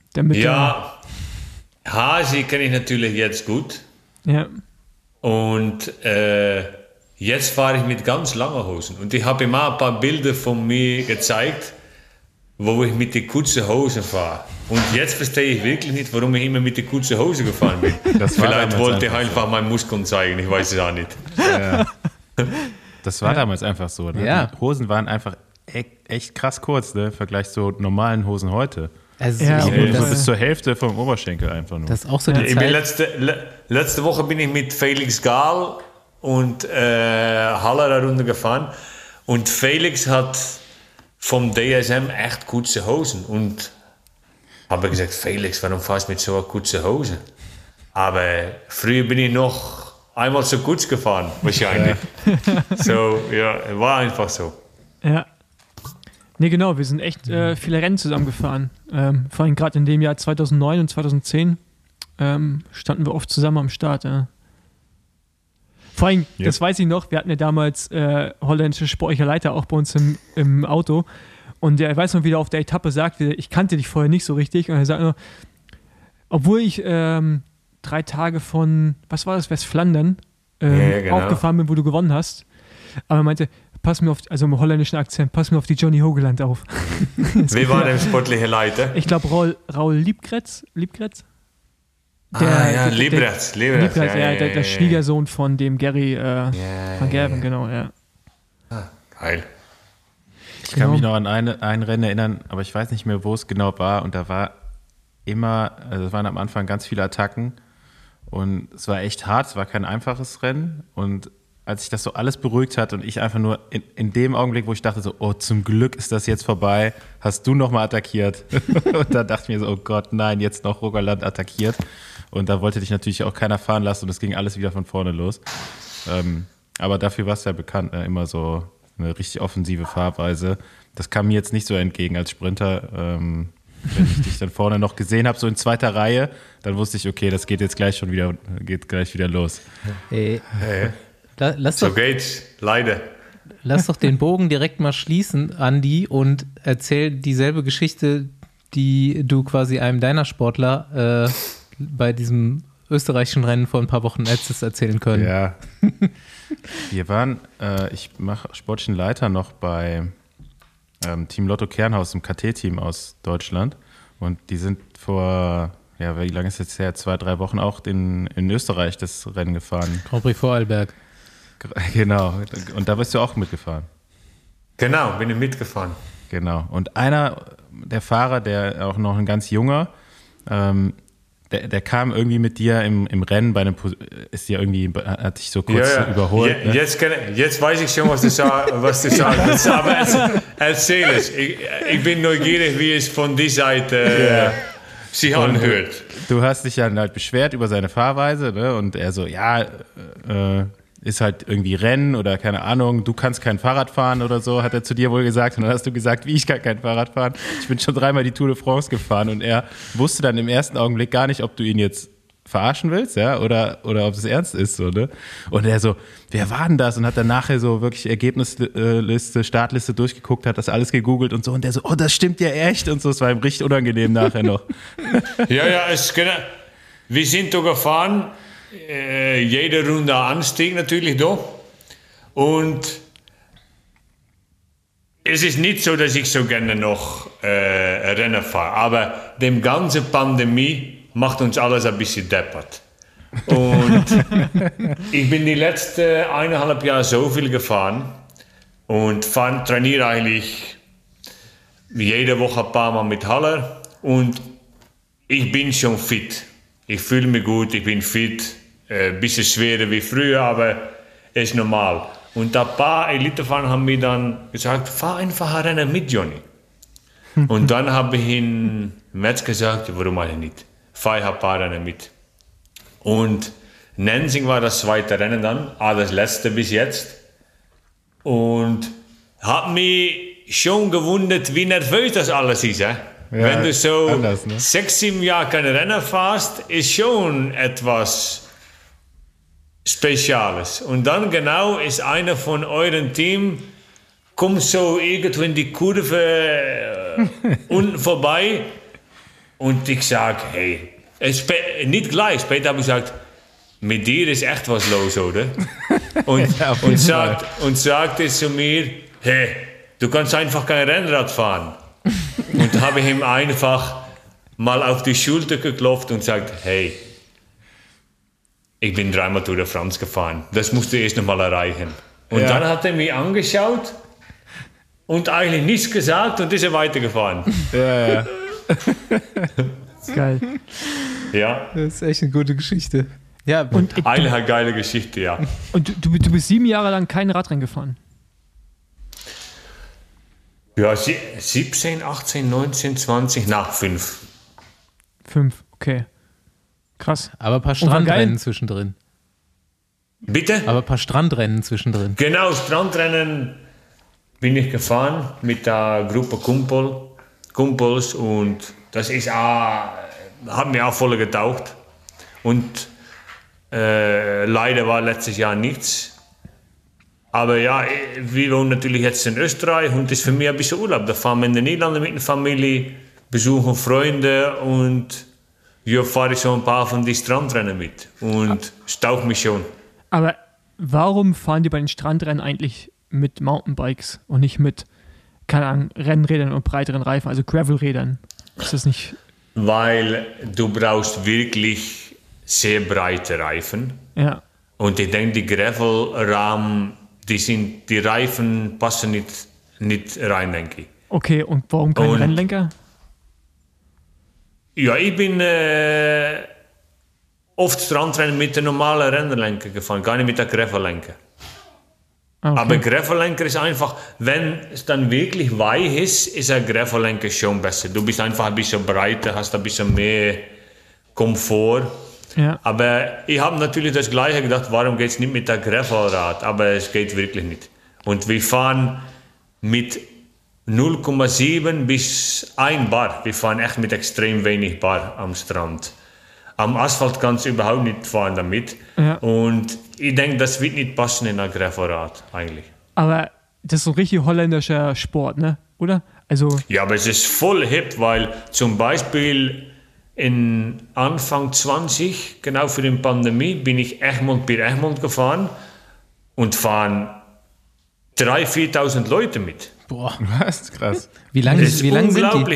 Hasi kenne ich natürlich jetzt gut. Ja. Und jetzt fahre ich mit ganz langen Hosen. Und ich habe ihm auch ein paar Bilder von mir gezeigt, wo ich mit den kurzen Hosen fahre. Und jetzt verstehe ich wirklich nicht, warum ich immer mit den kurzen Hosen gefahren bin. Vielleicht wollte ich einfach meine Muskeln zeigen, ich weiß es auch nicht. Ja. Das war damals einfach so. Ne? Ja. Die Hosen waren einfach echt krass kurz, ne? Im Vergleich zu normalen Hosen heute. Also ja, so bis zur Hälfte vom Oberschenkel einfach nur. Das ist auch so die Zeit. Letzte Woche bin ich mit Felix Gahl und Haller da runter gefahren. Und Felix hat vom DSM echt kurze Hosen. Und habe gesagt, Felix, warum fährst du mit so einer kurzen Hose? Aber früher bin ich noch einmal so kurz gefahren, wahrscheinlich. So, ja, war einfach so. Ja. Nee, genau, wir sind echt viele Rennen zusammen gefahren. Vor allem gerade in dem Jahr 2009 und 2010 standen wir oft zusammen am Start. Ja. Vor allem, das weiß ich noch, wir hatten ja damals holländische sportliche Leiter auch bei uns im Auto. Und er weiß noch, wie er auf der Etappe sagt, ich kannte dich vorher nicht so richtig. Und er sagt nur, obwohl ich 3 Tage von, was war das, Westflandern auch gefahren bin, wo du gewonnen hast. Aber er meinte, pass mir auf, also im holländischen Akzent, pass mir auf die Johnny Hogeland auf. Wie war der sportliche Leiter? Ich glaube, Raul Liebkretz. Liebkretz. Der Schwiegersohn von dem Gary van Gerwen, genau, ja. Ah, geil. Ich kann mich noch an ein Rennen erinnern, aber ich weiß nicht mehr, wo es genau war. Und da war immer, also es waren am Anfang ganz viele Attacken. Und es war echt hart, es war kein einfaches Rennen. Und als sich das so alles beruhigt hat und ich einfach nur in dem Augenblick, wo ich dachte so, oh, zum Glück ist das jetzt vorbei, hast du nochmal attackiert. Und da dachte ich mir so, oh Gott, nein, jetzt noch Rogaland attackiert. Und da wollte dich natürlich auch keiner fahren lassen und es ging alles wieder von vorne los. Aber dafür war es ja bekannt, ne? Immer so eine richtig offensive Fahrweise. Das kam mir jetzt nicht so entgegen als Sprinter. Wenn ich dich dann vorne noch gesehen habe, so in zweiter Reihe, dann wusste ich, okay, das geht jetzt gleich wieder los. Hey. So geht's, leider. Lass doch den Bogen direkt mal schließen, Andi, und erzähl dieselbe Geschichte, die du quasi einem deiner Sportler bei diesem österreichischen Rennen vor ein paar Wochen hättest erzählen können. Ja. Wir waren, ich mache sportlichen Leiter noch bei Team Lotto Kernhaus, im KT-Team aus Deutschland. Und die sind vor, ja, wie lange ist es jetzt her? 2-3 Wochen auch in Österreich das Rennen gefahren. Grand Prix Vorarlberg. Genau. Und da bist du auch mitgefahren. Genau, bin ich mitgefahren. Genau. Und einer der Fahrer, der auch noch ein ganz junger, der kam irgendwie mit dir im Rennen bei einem, hat dich so kurz überholt. Ne? Jetzt weiß ich schon, was du sagst. Aber erzähl es. Ich bin neugierig, wie es von dieser Seite sich anhört. Du hast dich dann halt beschwert über seine Fahrweise, ne? Und er so, ist halt irgendwie Rennen oder keine Ahnung, du kannst kein Fahrrad fahren oder so, hat er zu dir wohl gesagt. Und dann hast du gesagt, wie, ich kann kein Fahrrad fahren. Ich bin schon 3-mal die Tour de France gefahren und er wusste dann im ersten Augenblick gar nicht, ob du ihn jetzt verarschen willst, ja, oder ob es ernst ist, so, ne? Und er so, wer war denn das? Und hat dann nachher so wirklich Ergebnisliste, Startliste durchgeguckt, hat das alles gegoogelt und so. Und der so, oh, das stimmt ja echt und so. Es war ihm richtig unangenehm nachher noch. Ja, wir sind da gefahren. Jede Runde Anstieg natürlich da. Und es ist nicht so, dass ich so gerne noch Rennen fahre. Aber die ganze Pandemie macht uns alles ein bisschen deppert. Und ich bin die letzten 1,5 Jahre so viel gefahren und trainiere eigentlich jede Woche ein paar Mal mit Haller. Und ich bin schon fit. Ich fühle mich gut, ich bin fit. Ein bisschen schwerer wie früher, aber es ist normal. Und ein paar Elitefahrer haben mir dann gesagt, fahr einfach ein Rennen mit, Johnny. Und dann habe ich im März gesagt, warum eigentlich nicht? Fahr ich ein paar Rennen mit. Und Nensing war das zweite Rennen dann, das letzte bis jetzt. Und habe mich schon gewundert, wie nervös das alles ist. Ja, wenn du so anders, ne? 6-7 Jahre keine Rennen fährst, ist schon etwas Spezielles. Und dann genau ist einer von eurem Team, kommt so irgendwo in die Kurve unten vorbei und ich sage, hey, nicht gleich, später habe ich gesagt, mit dir ist echt was los, oder? Und sagt es zu mir, hey, du kannst einfach kein Rennrad fahren. Und habe ich ihm einfach mal auf die Schulter geklopft und gesagt, hey, ich bin 3-mal Tour de France gefahren. Das musst du erst noch mal erreichen. Und dann hat er mich angeschaut und eigentlich nichts gesagt und ist er weitergefahren. Ja. Das ist geil. Ja. Das ist echt eine gute Geschichte. Ja, und eigentlich eine geile Geschichte, ja. Und du bist 7 Jahre lang kein Radrennen gefahren? Ja, 17, 18, 19, 20, nach 5. 5, okay. Krass. Aber ein paar Strandrennen zwischendrin. Bitte? Aber ein paar Strandrennen zwischendrin. Genau, Strandrennen bin ich gefahren mit der Gruppe Kumpels und das ist hat mir auch voll getaugt. Und leider war letztes Jahr nichts. Aber ja, wir wohnen natürlich jetzt in Österreich und das ist für mich ein bisschen Urlaub. Da fahren wir in den Niederlanden mit der Familie, besuchen Freunde und fahre ich so ein paar von den Strandrennen mit. Und es taugt mich schon. Aber warum fahren die bei den Strandrennen eigentlich mit Mountainbikes und nicht mit, keine Ahnung, Rennrädern und breiteren Reifen, also Gravelrädern? Ist das nicht... Weil du brauchst wirklich sehr breite Reifen. Ja. Und ich denke, die Gravelrahmen, die Reifen passen nicht rein, denke ich. Okay, und warum kein Rennlenker? Ja, ich bin oft Strandrennen mit der normalen Rennlenker gefahren, gar nicht mit der Greffellenker. Okay. Aber Greffellenker ist einfach, wenn es dann wirklich weich ist ein Greffellenker schon besser. Du bist einfach ein bisschen breiter, hast ein bisschen mehr Komfort. Ja. Aber ich habe natürlich das Gleiche gedacht, warum geht es nicht mit der Greffelrad? Aber es geht wirklich nicht. Und wir fahren mit 0,7 bis 1 Bar. Wir fahren echt mit extrem wenig Bar am Strand. Am Asphalt kannst du überhaupt nicht fahren damit. Ja. Und ich denke, das wird nicht passen in ein Greffelrad eigentlich. Aber das ist so richtig holländischer Sport, ne? Oder? Also, Ja, aber es ist voll hip, weil zum Beispiel in Anfang 20, genau für die Pandemie, bin ich Egmond per Egmond gefahren und fahren 3.000, 4.000 Leute mit. Boah, Was? Krass. wie lang Das ist sind die? unglaublich.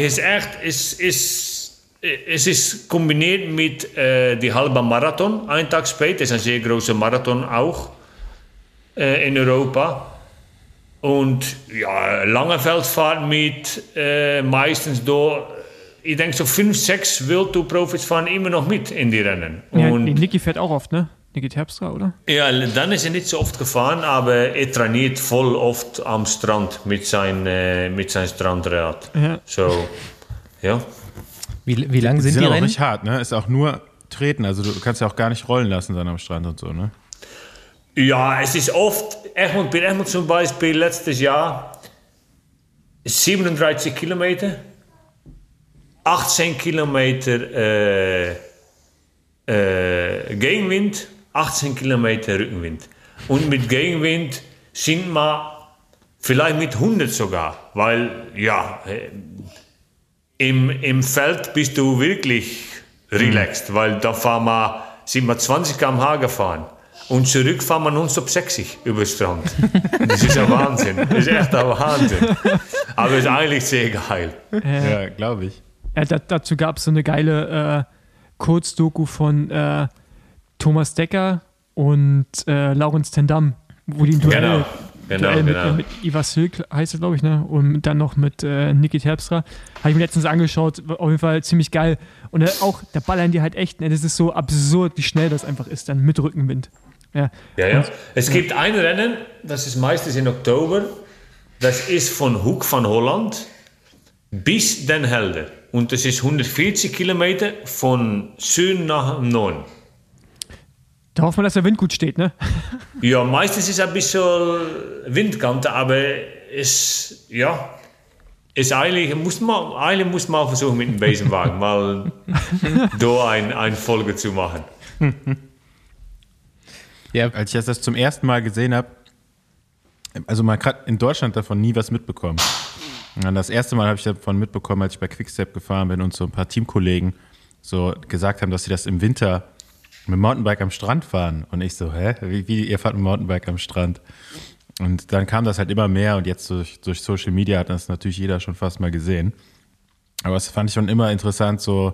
Es ist kombiniert mit die halbe Marathon, einen Tag später. Das ist ein sehr großer Marathon auch in Europa. Und ja, Langeveldfahrt mit meistens da, ich denke so 5, 6 World Tour Profis fahren immer noch mit in die Rennen. ja, Und Niki fährt auch oft, ne? Niki Terpstra, oder? ja, dann ist er nicht so oft gefahren, aber er trainiert voll oft am Strand mit seinem Strandrad. Ja. So, ja. Wie lang Die sind sind die auch Rennen? nicht hart, ne? Ist auch nur treten, also du kannst ja auch gar nicht rollen lassen dann am Strand und so, ne? Ja, es ist oft, Egmond per Egmond zum Beispiel letztes Jahr 37 Kilometer, 18 Kilometer Gegenwind, 18 Kilometer Rückenwind. Und mit Gegenwind sind wir vielleicht mit 100 sogar, weil ja, im Feld bist du wirklich relaxed, weil da sind wir 20 km/h gefahren. Und zurück fahren wir nonstop 60 über den Strand. Das ist ein Wahnsinn. Das ist echt ein Wahnsinn. Aber es ist eigentlich sehr geil. Ja, glaube ich. Ja, dazu gab es so eine geile Kurzdoku von Thomas Decker und Laurens Tendam, wo die ein Duell, Genau. mit Ivar Silk heißt er, glaube ich, ne? Und dann noch mit Niki Terpstra. Habe ich mir letztens angeschaut, auf jeden Fall ziemlich geil. Und auch, da ballern die halt echt, ne? Das ist so absurd, wie schnell das einfach ist, dann mit Rückenwind. Ja. Ja. Es gibt ein Rennen, das ist meistens im Oktober. Das ist von Hoek van Holland bis Den Helder. Und das ist 140 Kilometer von Süden nach Norden. Da hofft man, dass der Wind gut steht, ne? Ja, meistens ist ein bisschen Windkante, aber ist eigentlich muss man versuchen mit dem Besenwagen mal da eine Folge zu machen. Ja, Als ich das zum ersten Mal gesehen habe, also man hat in Deutschland davon nie was mitbekommen. Und dann das erste Mal habe ich davon mitbekommen, als ich bei Quickstep gefahren bin und so ein paar Teamkollegen so gesagt haben, dass sie das im Winter mit dem Mountainbike am Strand fahren. Und ich so, wie ihr fahrt mit dem Mountainbike am Strand? Und dann kam das halt immer mehr und jetzt durch Social Media hat das natürlich jeder schon fast mal gesehen. Aber das fand ich schon immer interessant, so,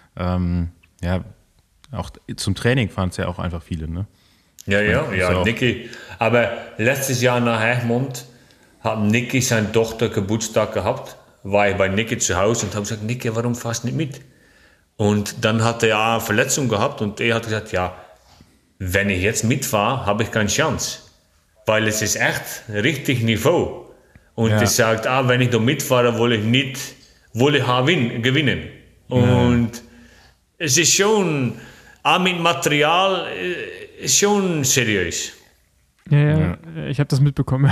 auch zum Training fahren es ja auch einfach viele, ne? Ja, So. Niki. Aber letztes Jahr nach Egmond hat Niki seine Tochter Geburtstag gehabt. War ich bei Niki zu Hause und habe gesagt, Niki, warum fährst du nicht mit? Und dann hat er eine Verletzung gehabt und er hat gesagt, ja, wenn ich jetzt mitfahre, habe ich keine Chance. Weil es ist echt richtig Niveau. Und Ja. er sagt, wenn ich da mitfahre, will ich gewinnen. Und es ist schon, auch mit Material, ist schon seriös. Ja. Ich habe das mitbekommen.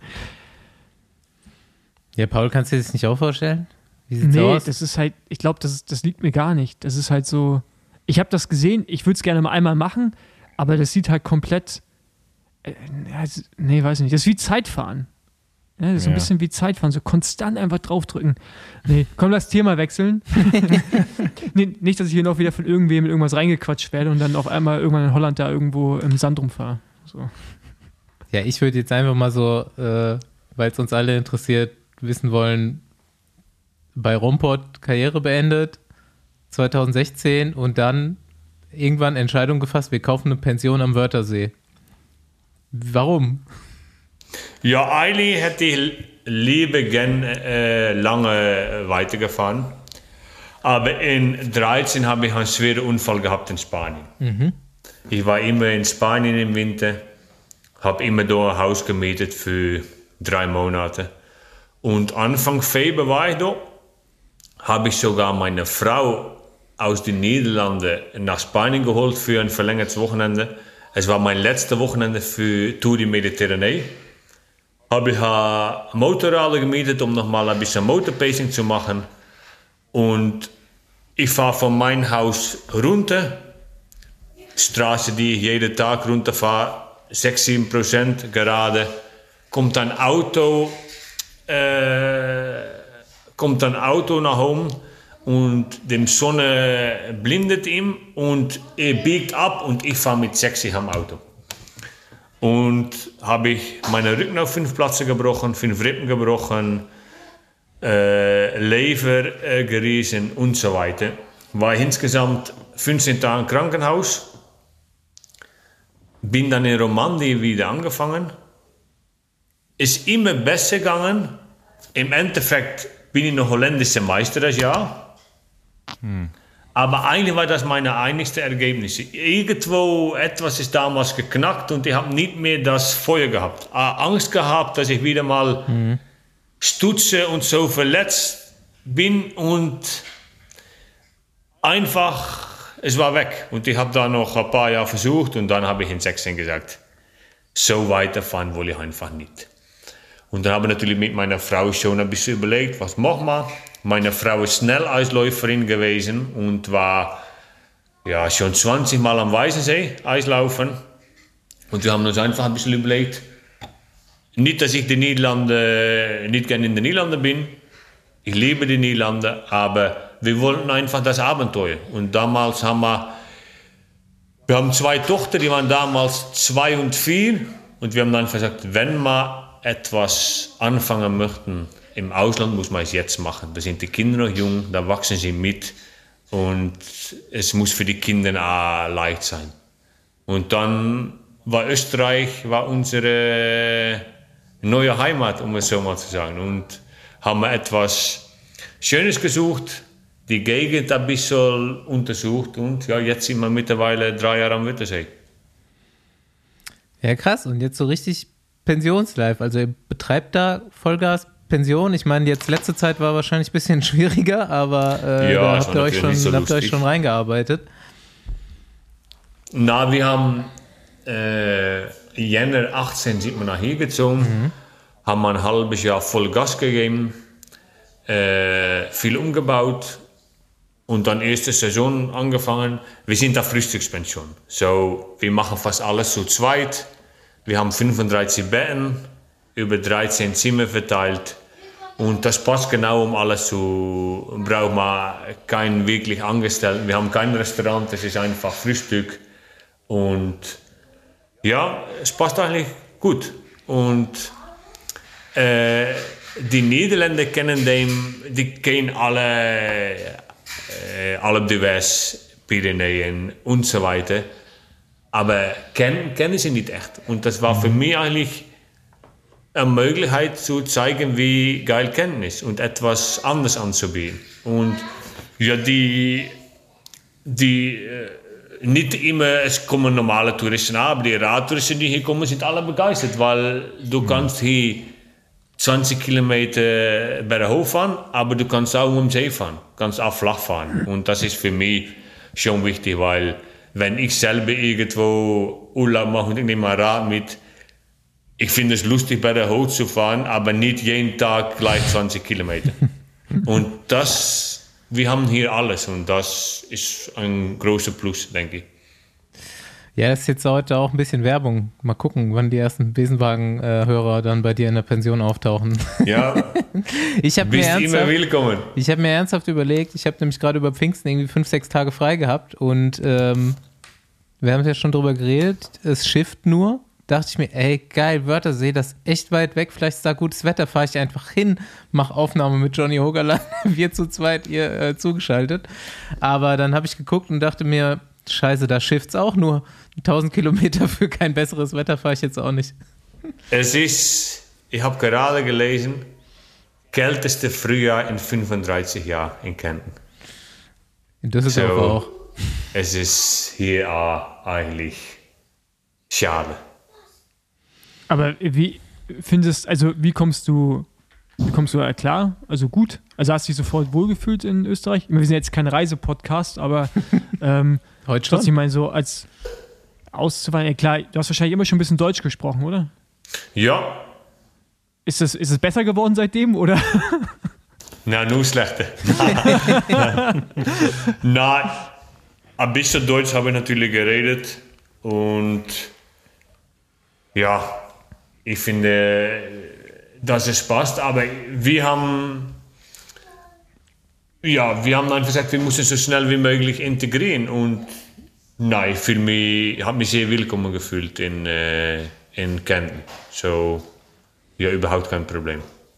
ja, Paul, kannst du dir das nicht auch vorstellen? Wie sieht's Nee, aus? das ist halt, ich glaube, das liegt mir gar nicht. Das ist halt so, ich habe das gesehen, ich würde es gerne mal einmal machen, aber das sieht halt komplett, weiß nicht, das ist wie Zeitfahren. Ja, das ist so ein Ja. bisschen wie Zeitfahren, so konstant einfach draufdrücken. Nee, komm, lass Thema wechseln. Nee, nicht, dass ich hier noch wieder von irgendwem mit irgendwas reingequatscht werde und dann auf einmal irgendwann in Holland da irgendwo im Sand rumfahre. So. Ja, ich würde jetzt einfach mal so, weil es uns alle interessiert, wissen wollen, bei Rompot Karriere beendet, 2016 und dann irgendwann Entscheidung gefasst, wir kaufen eine Pension am Wörthersee. Warum? Ja, eigentlich hätte ich lieber gern lange weitergefahren. Aber in 13 habe ich einen schweren Unfall gehabt in Spanien. Ich war immer in Spanien im Winter, habe immer da ein Haus gemietet für 3 Monate. Und Anfang Februar war ich da, habe ich sogar meine Frau aus den Niederlanden nach Spanien geholt für ein verlängertes Wochenende. Es war mein letztes Wochenende für Tour die Mediterranee. Habe ich ein Motorrad gemietet, um nochmal ein bisschen Motorpacing zu machen. Und ich fahre von meinem Haus runter, Straße, die ich jeden Tag runterfahre, 6-7% gerade, kommt ein Auto nach Hause und die Sonne blindet ihm und er biegt ab und ich fahre mit 60 am Auto. Und habe ich meinen Rücken auf 5 Plätze gebrochen, 5 Rippen gebrochen, Leber gerissen und so weiter. War insgesamt 15 Tage im Krankenhaus. Bin dann in Romandie wieder angefangen. Ist immer besser gegangen. Im Endeffekt bin ich noch holländischer Meister das Jahr. Aber eigentlich war das meine einigste Ergebnisse. Irgendwo etwas ist damals geknackt und ich habe nicht mehr das Feuer gehabt. Angst gehabt, dass ich wieder mal stutze und so verletzt bin und einfach, es war weg. Und ich habe da noch ein paar Jahre versucht und dann habe ich in 16 gesagt, so weiterfahren will ich einfach nicht. Und dann habe ich natürlich mit meiner Frau schon ein bisschen überlegt, was machen wir. Meine Frau ist Schnelleisläuferin gewesen und war ja, schon 20 Mal am Weißensee Eislaufen. Und wir haben uns einfach ein bisschen überlegt, nicht, dass ich die Niederlande, nicht gerne in den Niederlanden bin. Ich liebe die Niederlande, aber wir wollten einfach das Abenteuer. Und damals haben wir haben 2 Tochter, die waren damals 2 und 4. Und wir haben dann gesagt, wenn wir etwas anfangen möchten im Ausland, muss man es jetzt machen. Da sind die Kinder noch jung, da wachsen sie mit. Und es muss für die Kinder auch leicht sein. Und dann war Österreich unsere neue Heimat, um es so mal zu sagen. Und haben wir etwas Schönes gesucht, die Gegend ein bisschen untersucht und ja, jetzt sind wir mittlerweile 3 Jahre am Wörthersee. Ja, krass. Und jetzt so richtig Pensionslife. Also ihr betreibt da Vollgas Pension. Ich meine, jetzt letzte Zeit war wahrscheinlich ein bisschen schwieriger, aber da habt ihr euch schon reingearbeitet. Na, wir haben Jänner 18 sind wir nach hier gezogen, haben ein halbes Jahr voll Gas gegeben, viel umgebaut und dann erste Saison angefangen. Wir sind auf Frühstückspension. So, wir machen fast alles zu zweit. Wir haben 35 Betten, über 13 Zimmer verteilt. Und das passt genau, um alles zu. Braucht man keinen wirklich Angestellten. Wir haben kein Restaurant, das ist einfach Frühstück. Und ja, es passt eigentlich gut. Und die Niederländer kennen die kennen alle Alpe d'Huez, Pyrenäen und so weiter. Aber kennen sie nicht echt. Und das war für mich eigentlich eine Möglichkeit zu zeigen, wie geil Kennen ist und etwas anderes anzubieten. Und ja, nicht immer, es kommen normale Touristen an, aber die Radtouristen, die hier kommen, sind alle begeistert, weil du kannst hier 20 Kilometer bergauf fahren, aber du kannst auch um den See fahren, kannst auch flach fahren. Und das ist für mich schon wichtig, weil wenn ich selber irgendwo Urlaub mache und ich nehme ein Rad mit, ich finde es lustig, bei der Hoch zu fahren, aber nicht jeden Tag gleich 20 Kilometer. Und wir haben hier alles und das ist ein großer Plus, denke ich. Ja, das ist jetzt heute auch ein bisschen Werbung. Mal gucken, wann die ersten Besenwagen-Hörer dann bei dir in der Pension auftauchen. Ja, bist immer willkommen. Ich habe mir ernsthaft überlegt, ich habe nämlich gerade über Pfingsten irgendwie 5-6 Tage frei gehabt und wir haben ja schon drüber geredet, es schifft nur. Dachte ich mir, ey, geil, Wörthersee, das ist echt weit weg, vielleicht ist da gutes Wetter, fahre ich einfach hin, mache Aufnahme mit Johnny Hogerland, wir zu zweit, ihr zugeschaltet. Aber dann habe ich geguckt und dachte mir, scheiße, da schifft's auch nur. 1000 Kilometer für kein besseres Wetter fahre ich jetzt auch nicht. Ich habe gerade gelesen, kälteste Frühjahr in 35 Jahren in Kärnten. In Düsseldorf auch. Es ist hier auch eigentlich schade. Aber wie kommst du klar? Also gut? Also hast du dich sofort wohlgefühlt in Österreich? Wir sind jetzt kein Reisepodcast, aber Heute schon? trotzdem mal so als auszuweichen. Klar, du hast wahrscheinlich immer schon ein bisschen Deutsch gesprochen, oder? Ja, Ist es besser geworden seitdem, oder? na, nur schlechter. Nein, ein bisschen Deutsch habe ich natürlich geredet und ja, ich finde, dass es passt, aber wir haben einfach gesagt, wir müssen so schnell wie möglich integrieren und nein, ich habe mich sehr willkommen gefühlt in Kempten, so ja, überhaupt kein Problem.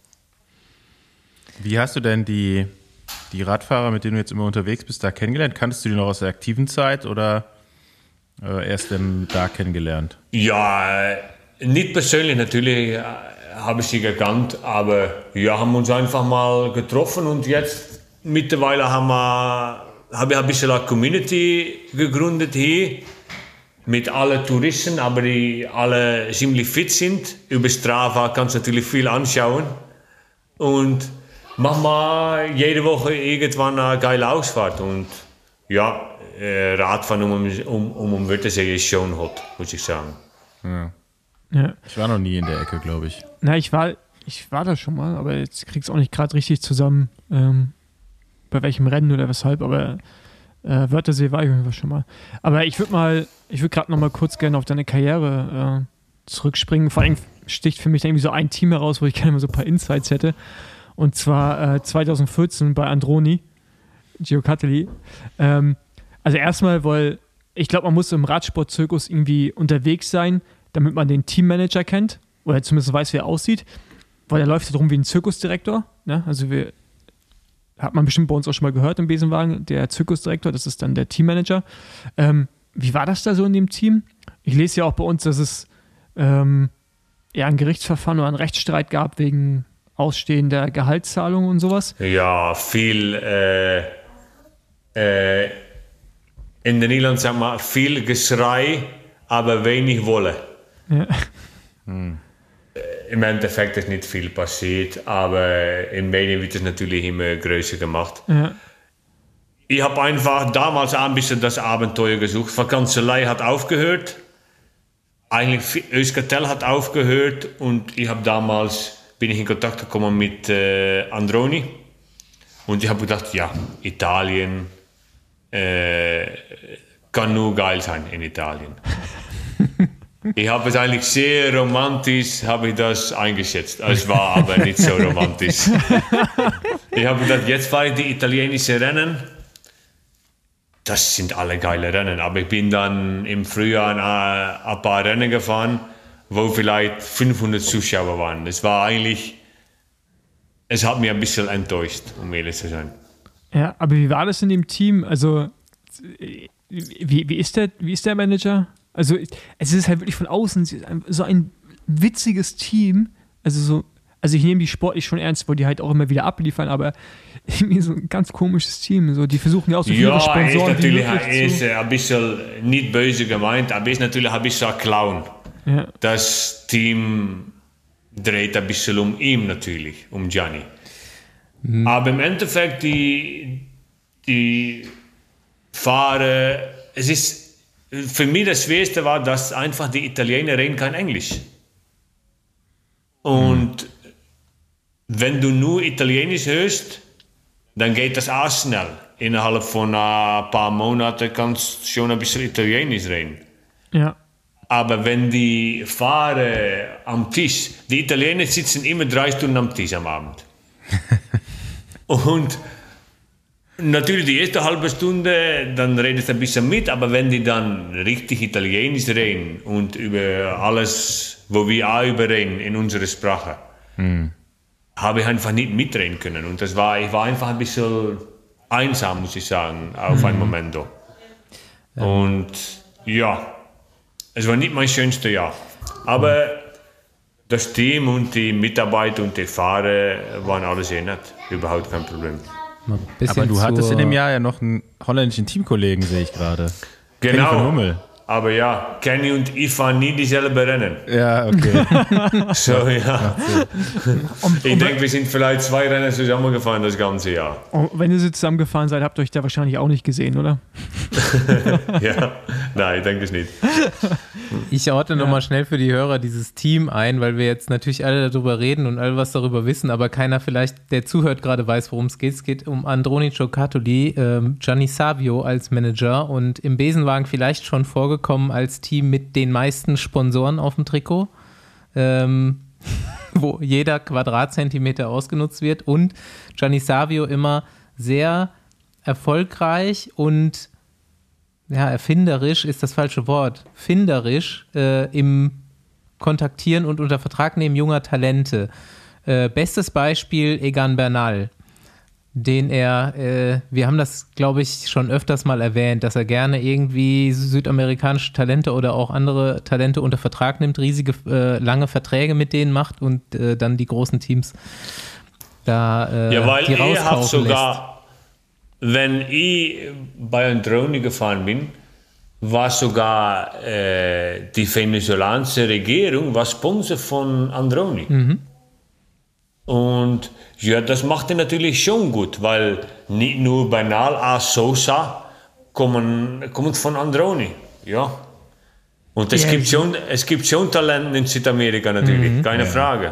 Wie hast du denn die Radfahrer, mit denen du jetzt immer unterwegs bist, da kennengelernt? Kanntest du die noch aus der aktiven Zeit oder erst denn da kennengelernt? Ja, nicht persönlich natürlich habe ich sie gekannt, aber ja, haben uns einfach mal getroffen und jetzt mittlerweile habe ich ein bisschen eine Community gegründet hier mit allen Touristen, aber die alle ziemlich fit sind. Über Strava kannst du natürlich viel anschauen und mach mal jede Woche irgendwann eine geile Ausfahrt und ja, Radfahren um Wörthersee ist schon hot, muss ich sagen. Ja. Ja. Ich war noch nie in der Ecke, glaube ich. Na, ich war da schon mal, aber jetzt krieg's auch nicht gerade richtig zusammen, bei welchem Rennen oder weshalb, aber Wörthersee war ich irgendwann schon mal. Aber ich würde gerade noch mal kurz gerne auf deine Karriere zurückspringen. Vor allem sticht für mich irgendwie so ein Team heraus, wo ich gerne mal so ein paar Insights hätte. Und zwar 2014 bei Androni, Gio Cattoli. Also erstmal, weil ich glaube, man muss im Radsportzirkus irgendwie unterwegs sein, damit man den Teammanager kennt oder zumindest weiß, wie er aussieht, weil er läuft darum wie ein Zirkusdirektor. Ne? Also hat man bestimmt bei uns auch schon mal gehört im Besenwagen, der Zirkusdirektor, das ist dann der Teammanager. Wie war das da so in dem Team? Ich lese ja auch bei uns, dass es ein Gerichtsverfahren oder einen Rechtsstreit gab wegen ausstehender Gehaltszahlungen und sowas. Ja, viel in den Niederlanden sagt man viel Geschrei, aber wenig Wolle. Ja. Im Endeffekt ist nicht viel passiert, aber in Medien wird es natürlich immer größer gemacht. Ja. Ich habe einfach damals ein bisschen das Abenteuer gesucht. Vakanzelei hat aufgehört, eigentlich Euskartel hat aufgehört und ich habe damals bin ich in Kontakt gekommen mit Androni und ich habe gedacht, ja, Italien kann nur geil sein in Italien. Ich habe es eigentlich sehr romantisch, habe ich das eingeschätzt. Es war aber nicht so romantisch. Ich habe gedacht, jetzt fahre ich die italienischen Rennen. Das sind alle geile Rennen, aber ich bin dann im Frühjahr ein paar Rennen gefahren, wo vielleicht 500 Zuschauer waren. Es hat mich ein bisschen enttäuscht, um ehrlich zu sein. Ja, aber wie war das in dem Team? Also, wie ist der Manager? Also, es ist halt wirklich von außen so ein witziges Team. Also ich nehme die sportlich schon ernst, weil die halt auch immer wieder abliefern, aber irgendwie so ein ganz komisches Team. So, die versuchen ja auch so viele Sponsoren wie möglich zu... Ja, ist ein bisschen nicht böse gemeint, aber ist natürlich ein bisschen ein Clown. Ja. Das Team dreht ein bisschen um ihn natürlich, um Gianni. Aber im Endeffekt, die Fahrer, es ist, für mich das Schwerste war, dass einfach die Italiener reden kein Englisch. Und wenn du nur Italienisch hörst, dann geht das auch schnell. Innerhalb von ein paar Monaten kannst du schon ein bisschen Italienisch reden. Ja. Aber wenn die Fahrer am Tisch, die Italiener sitzen immer 3 Stunden am Tisch am Abend. Und natürlich die erste halbe Stunde, dann redest du ein bisschen mit, aber wenn die dann richtig Italienisch reden und über alles, wo wir auch überreden in unserer Sprache, habe ich einfach nicht mitreden können. Und ich war einfach ein bisschen einsam, muss ich sagen, auf einen Moment. Ja. Und ja, es war nicht mein schönstes Jahr. Aber das Team und die Mitarbeiter und die Fahrer waren alle sehr nett. Überhaupt kein Problem. Mal ein bisschen Aber du hattest in zur- dem Jahr ja noch einen holländischen Teamkollegen, sehe ich gerade. Kenny von Genau. Hummel. Aber ja, Kenny und ich fahren nie dieselbe Rennen. Ja, okay. So, ja. Ich denke, wir sind vielleicht 2 Rennen zusammengefahren das ganze Jahr. Und wenn ihr so zusammengefahren seid, habt ihr euch da wahrscheinlich auch nicht gesehen, oder? Ja, nein, ich denke es nicht. Ich ordne nochmal schnell für die Hörer dieses Team ein, weil wir jetzt natürlich alle darüber reden und alle was darüber wissen, aber keiner vielleicht, der zuhört, gerade weiß, worum es geht. Es geht um Androni Giocattoli, Gianni Savio als Manager und im Besenwagen vielleicht schon vorgekommen als Team mit den meisten Sponsoren auf dem Trikot, wo jeder Quadratzentimeter ausgenutzt wird und Gianni Savio immer sehr erfolgreich und ja, erfinderisch ist das falsche Wort, finderisch im Kontaktieren und unter Vertrag nehmen junger Talente. Bestes Beispiel Egan Bernal, den wir haben das, glaube ich, schon öfters mal erwähnt, dass er gerne irgendwie südamerikanische Talente oder auch andere Talente unter Vertrag nimmt, riesige, lange Verträge mit denen macht und dann die großen Teams da Ja, weil die ich habe rauskaufen lässt. sogar, wenn ich bei Androni gefahren bin, war sogar die venezolanische Regierung war Sponsor von Androni. Und ja, das macht er natürlich schon gut, weil nicht nur Bernal als Sosa kommt von Androni. Ja. Und es gibt schon Talenten in Südamerika natürlich, keine Frage.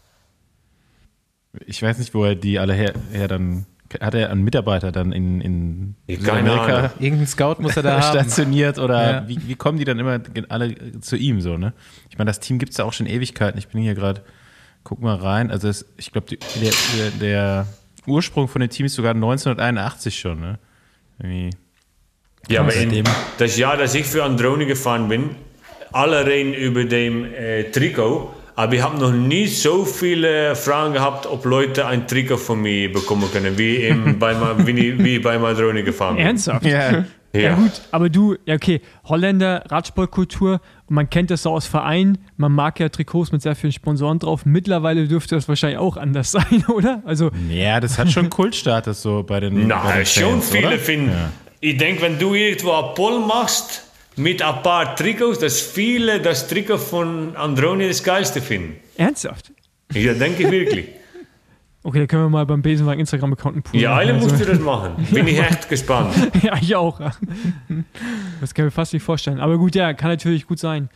Ich weiß nicht, wo er die alle her dann. Hat er einen Mitarbeiter dann in Keine Ahnung. Irgendein Scout muss er da haben. stationiert oder Ja. wie kommen die dann immer alle zu ihm so, ne? Ich meine, das Team gibt es ja auch schon Ewigkeiten. Ich bin hier gerade, guck mal rein. Also ich glaube, der Ursprung von dem Team ist sogar 1981 schon, ne? Irgendwie. Ja, aber Seitdem- das Jahr, dass ich für Androni gefahren bin, alle reden über dem Trikot, aber ich habe noch nie so viele Fragen gehabt, ob Leute ein Trikot von mir bekommen können, wie bei Androni gefahren bin. Ernsthaft? Ja. Ja gut, aber ja okay, Holländer, Radsportkultur, und man kennt das so aus Vereinen, man mag ja Trikots mit sehr vielen Sponsoren drauf, mittlerweile dürfte das wahrscheinlich auch anders sein, oder? Also, Ja, das hat schon Kultstatus so bei den bei Nein, den schon Fans, viele oder? finden. Ja. Ich denke, wenn du irgendwo ein Poll machst mit ein paar Trikots, dass viele das Trikot von Androni das geilste finden. ernsthaft? Ja, denke ich wirklich. Okay, dann können wir mal beim Besenwagen Instagram-Account einen Pool Ja, machen. alle Also- musst du das machen. Bin ich echt gespannt. Ja, ich auch. Das kann ich mir fast nicht vorstellen. Aber gut, ja, kann natürlich gut sein.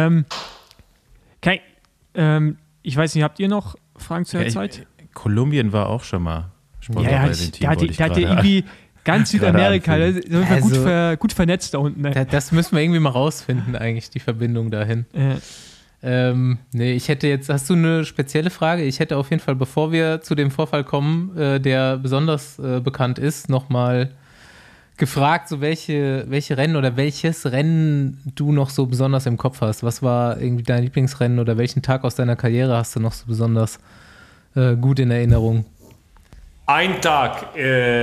Ich weiß nicht, habt ihr noch Fragen zu der Ja, Zeit? Kolumbien war auch schon mal Sponsor Ja, bei ja, dem Team. der hat wollte ich ja gerade- irgendwie ganz gerade Südamerika, der anfügen. ist auf jeden Fall Also- gut vernetzt da unten. Ne? Das müssen wir irgendwie mal rausfinden, eigentlich, die Verbindung dahin. Nee, ich hätte jetzt, hast du eine spezielle Frage? Ich hätte auf jeden Fall, bevor wir zu dem Vorfall kommen, der besonders bekannt ist, nochmal gefragt, so welche Rennen oder welches Rennen du noch so besonders im Kopf hast. Was war irgendwie dein Lieblingsrennen oder welchen Tag aus deiner Karriere hast du noch so besonders gut in Erinnerung? Ein Tag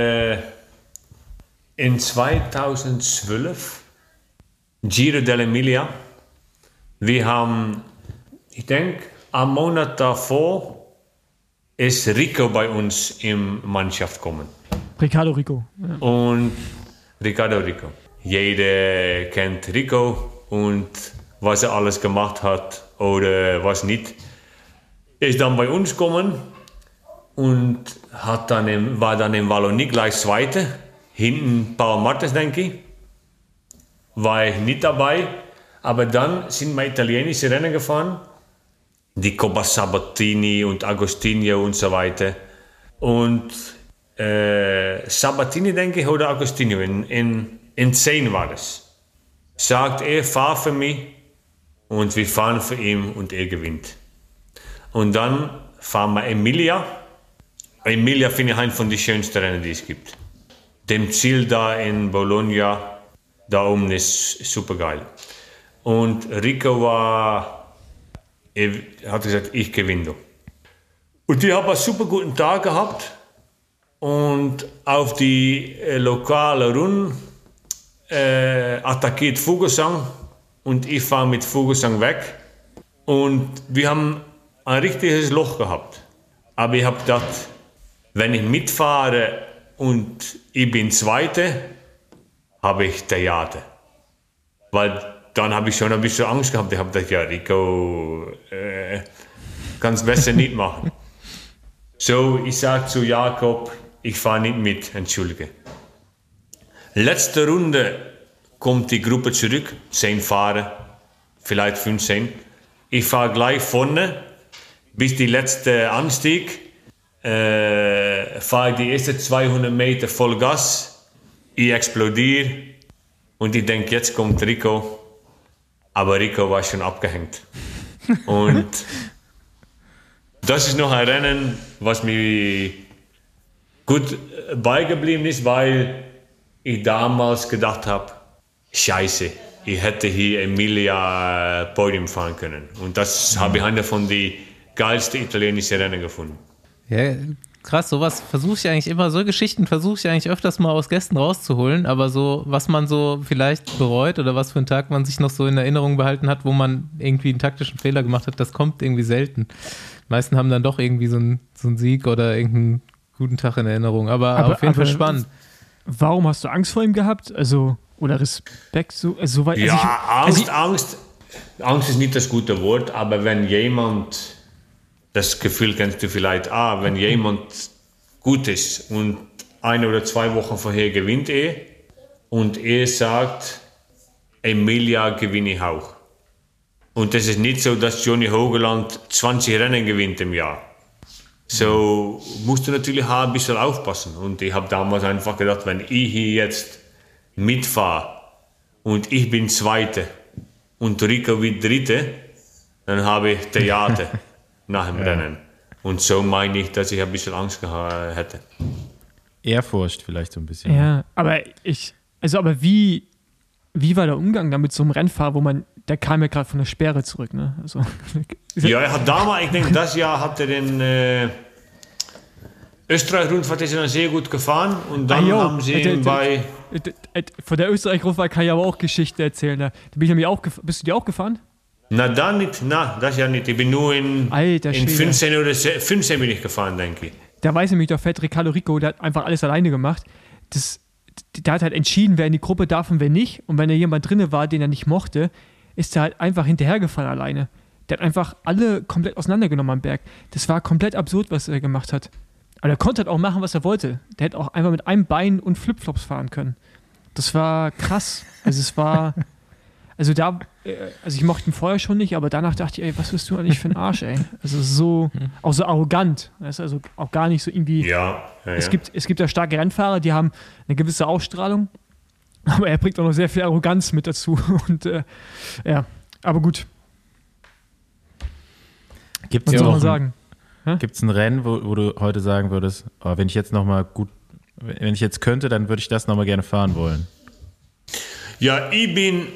in 2012, Giro dell'Emilia. Wir haben, ich denke, am Monat davor ist Rico bei uns in Mannschaft gekommen. Ricardo Rico. Ja. Und Ricardo Rico. Jeder kennt Rico und was er alles gemacht hat oder was nicht. Ist dann bei uns gekommen und war dann in Wallonie gleich Zweiter. Hinten Paul Martens, denke ich. War ich nicht dabei. Aber dann sind wir italienische Rennen gefahren. Die Coppa Sabatini und Agostino und so weiter. Und Sabatini, denke ich, oder Agostino, in 10 war das. Sagt er, fahr für mich und wir fahren für ihn und er gewinnt. Und dann fahren wir Emilia. Emilia finde ich ein von den schönsten Rennen, die es gibt. Dem Ziel da in Bologna, da oben ist super geil. Und Rico hat gesagt, ich gewinne. Und ich habe einen super guten Tag gehabt. Und auf die lokale Runde attackiert Vogelsang und ich fahre mit Vogelsang weg. Und wir haben ein richtiges Loch gehabt. Aber ich habe gedacht, wenn ich mitfahre und ich bin Zweiter, habe ich Theater. Weil dann habe ich schon ein bisschen Angst gehabt. Ich habe gedacht, ja, Rico, kannst besser nicht machen. So, ich sage zu Jakob, ich fahre nicht mit, entschuldige. Letzte Runde kommt die Gruppe zurück, 10 Fahrer, vielleicht 15. Ich fahre gleich vorne, bis die letzte Anstieg, fahre ich die ersten 200 Meter voll Gas, ich explodiere und ich denke, jetzt kommt Rico. Aber Rico war schon abgehängt. Und das ist noch ein Rennen, was mir gut beigeblieben ist, weil ich damals gedacht habe, Scheiße, ich hätte hier Emilia Podium fahren können. Und das habe ich einer von den geilsten italienischen Rennen gefunden. Ja, krass, sowas versuche ich eigentlich immer, so Geschichten versuche ich eigentlich öfters mal aus Gästen rauszuholen, aber so, was man so vielleicht bereut oder was für einen Tag man sich noch so in Erinnerung behalten hat, wo man irgendwie einen taktischen Fehler gemacht hat, das kommt irgendwie selten. Die meisten haben dann doch irgendwie so einen Sieg oder irgendeinen guten Tag in Erinnerung, aber auf jeden Fall spannend. Warum hast du Angst vor ihm gehabt? Also, oder Respekt? So weit, Ja, Angst ist nicht das gute Wort, aber wenn jemand, das Gefühl kennst du vielleicht, wenn jemand gut ist und 1 oder 2 Wochen vorher gewinnt er und er sagt, Emilia gewinne ich auch. Und das ist nicht so, dass Johnny Hogeland 20 Rennen gewinnt im Jahr. So musst du natürlich ein bisschen aufpassen. Und ich habe damals einfach gedacht, wenn ich hier jetzt mitfahre und ich bin Zweiter und Rico wird Dritter, dann habe ich Theater nach dem Rennen. Und so meine ich, dass ich ein bisschen Angst hätte. Ehrfurcht vielleicht so ein bisschen. Ja, aber wie war der Umgang damit so einem Rennfahrer, der kam ja gerade von der Sperre zurück, ne? Also, ja, er hat damals, ich denke, das Jahr hat er den Österreich-Rundfahrt ist er dann sehr gut gefahren und dann haben sie ihn bei... Von der Österreich-Rundfahrt kann ich aber auch Geschichte erzählen. Da bin ich nämlich auch bist du die auch gefahren? Na, dann nicht, das ja nicht. Ich bin nur in 15 oder 15 bin ich gefahren, denke ich. Da weiß nämlich der Fett Riccardo Rico, der hat einfach alles alleine gemacht. Der hat halt entschieden, wer in die Gruppe darf und wer nicht. Und wenn da jemand drin war, den er nicht mochte, ist er halt einfach hinterhergefahren alleine. Der hat einfach alle komplett auseinandergenommen am Berg. Das war komplett absurd, was er gemacht hat. Aber er konnte halt auch machen, was er wollte. Der hätte auch einfach mit einem Bein und Flipflops fahren können. Das war krass. Also ich mochte ihn vorher schon nicht, aber danach dachte ich, ey, was bist du eigentlich für ein Arsch, ey? Also auch so arrogant. Also auch gar nicht so irgendwie. Ja. Es gibt ja starke Rennfahrer, die haben eine gewisse Ausstrahlung, aber er bringt auch noch sehr viel Arroganz mit dazu. Und aber gut. Gibt Was soll man sagen? Gibt es ein Rennen, wo du heute sagen würdest, wenn ich jetzt könnte, dann würde ich das nochmal gerne fahren wollen? Ja, ich bin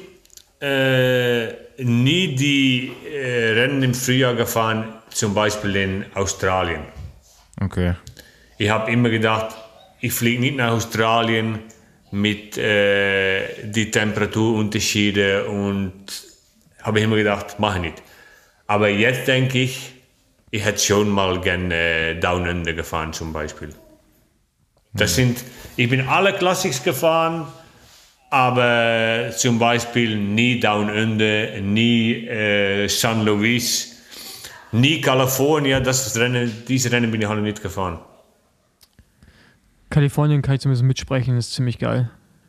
nie die Rennen im Frühjahr gefahren, zum Beispiel in Australien. Okay. Ich habe immer gedacht, ich fliege nicht nach Australien mit die Temperaturunterschiede und habe immer gedacht, mache ich nicht. Aber jetzt denke ich hätte schon mal gerne Down Under gefahren zum Beispiel. Ich bin alle Classics gefahren, aber zum Beispiel nie Down Under, nie San Luis, nie Kalifornien. Diese Rennen bin ich alle nicht gefahren. Kalifornien kann ich zumindest mitsprechen, ist ziemlich geil.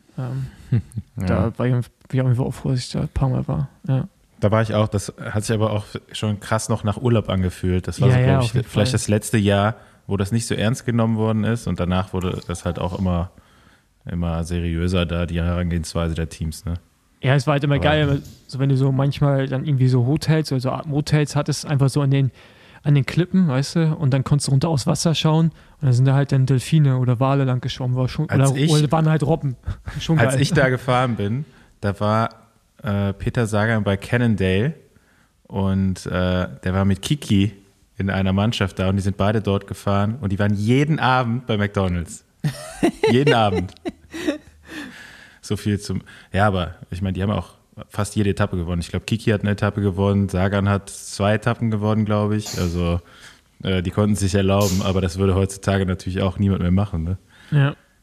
Da war ich auf jeden Fall auch froh, dass ich da ein paar Mal war. Ja. Da war ich auch, das hat sich aber auch schon krass noch nach Urlaub angefühlt. Das war glaube ich, vielleicht das letzte Jahr, wo das nicht so ernst genommen worden ist und danach wurde das halt auch immer seriöser da, die Herangehensweise der Teams, ne? Ja, es war halt immer geil, so wenn du so manchmal dann irgendwie so Hotels oder so Motels hattest, einfach so an den Klippen, weißt du, und dann konntest du runter aufs Wasser schauen und dann sind da halt dann Delfine oder Wale lang geschwommen, oder waren halt Robben. Schon geil. Als ich da gefahren bin, da war Peter Sagan bei Cannondale und der war mit Kiki in einer Mannschaft da und die sind beide dort gefahren und die waren jeden Abend bei McDonald's. Jeden Abend. So viel zum... Ja, aber ich meine, die haben auch fast jede Etappe gewonnen. Ich glaube, Kiki hat eine Etappe gewonnen, Sagan hat 2 Etappen gewonnen, glaube ich. Also die konnten es sich erlauben, aber das würde heutzutage natürlich auch niemand mehr machen, ne? Ja.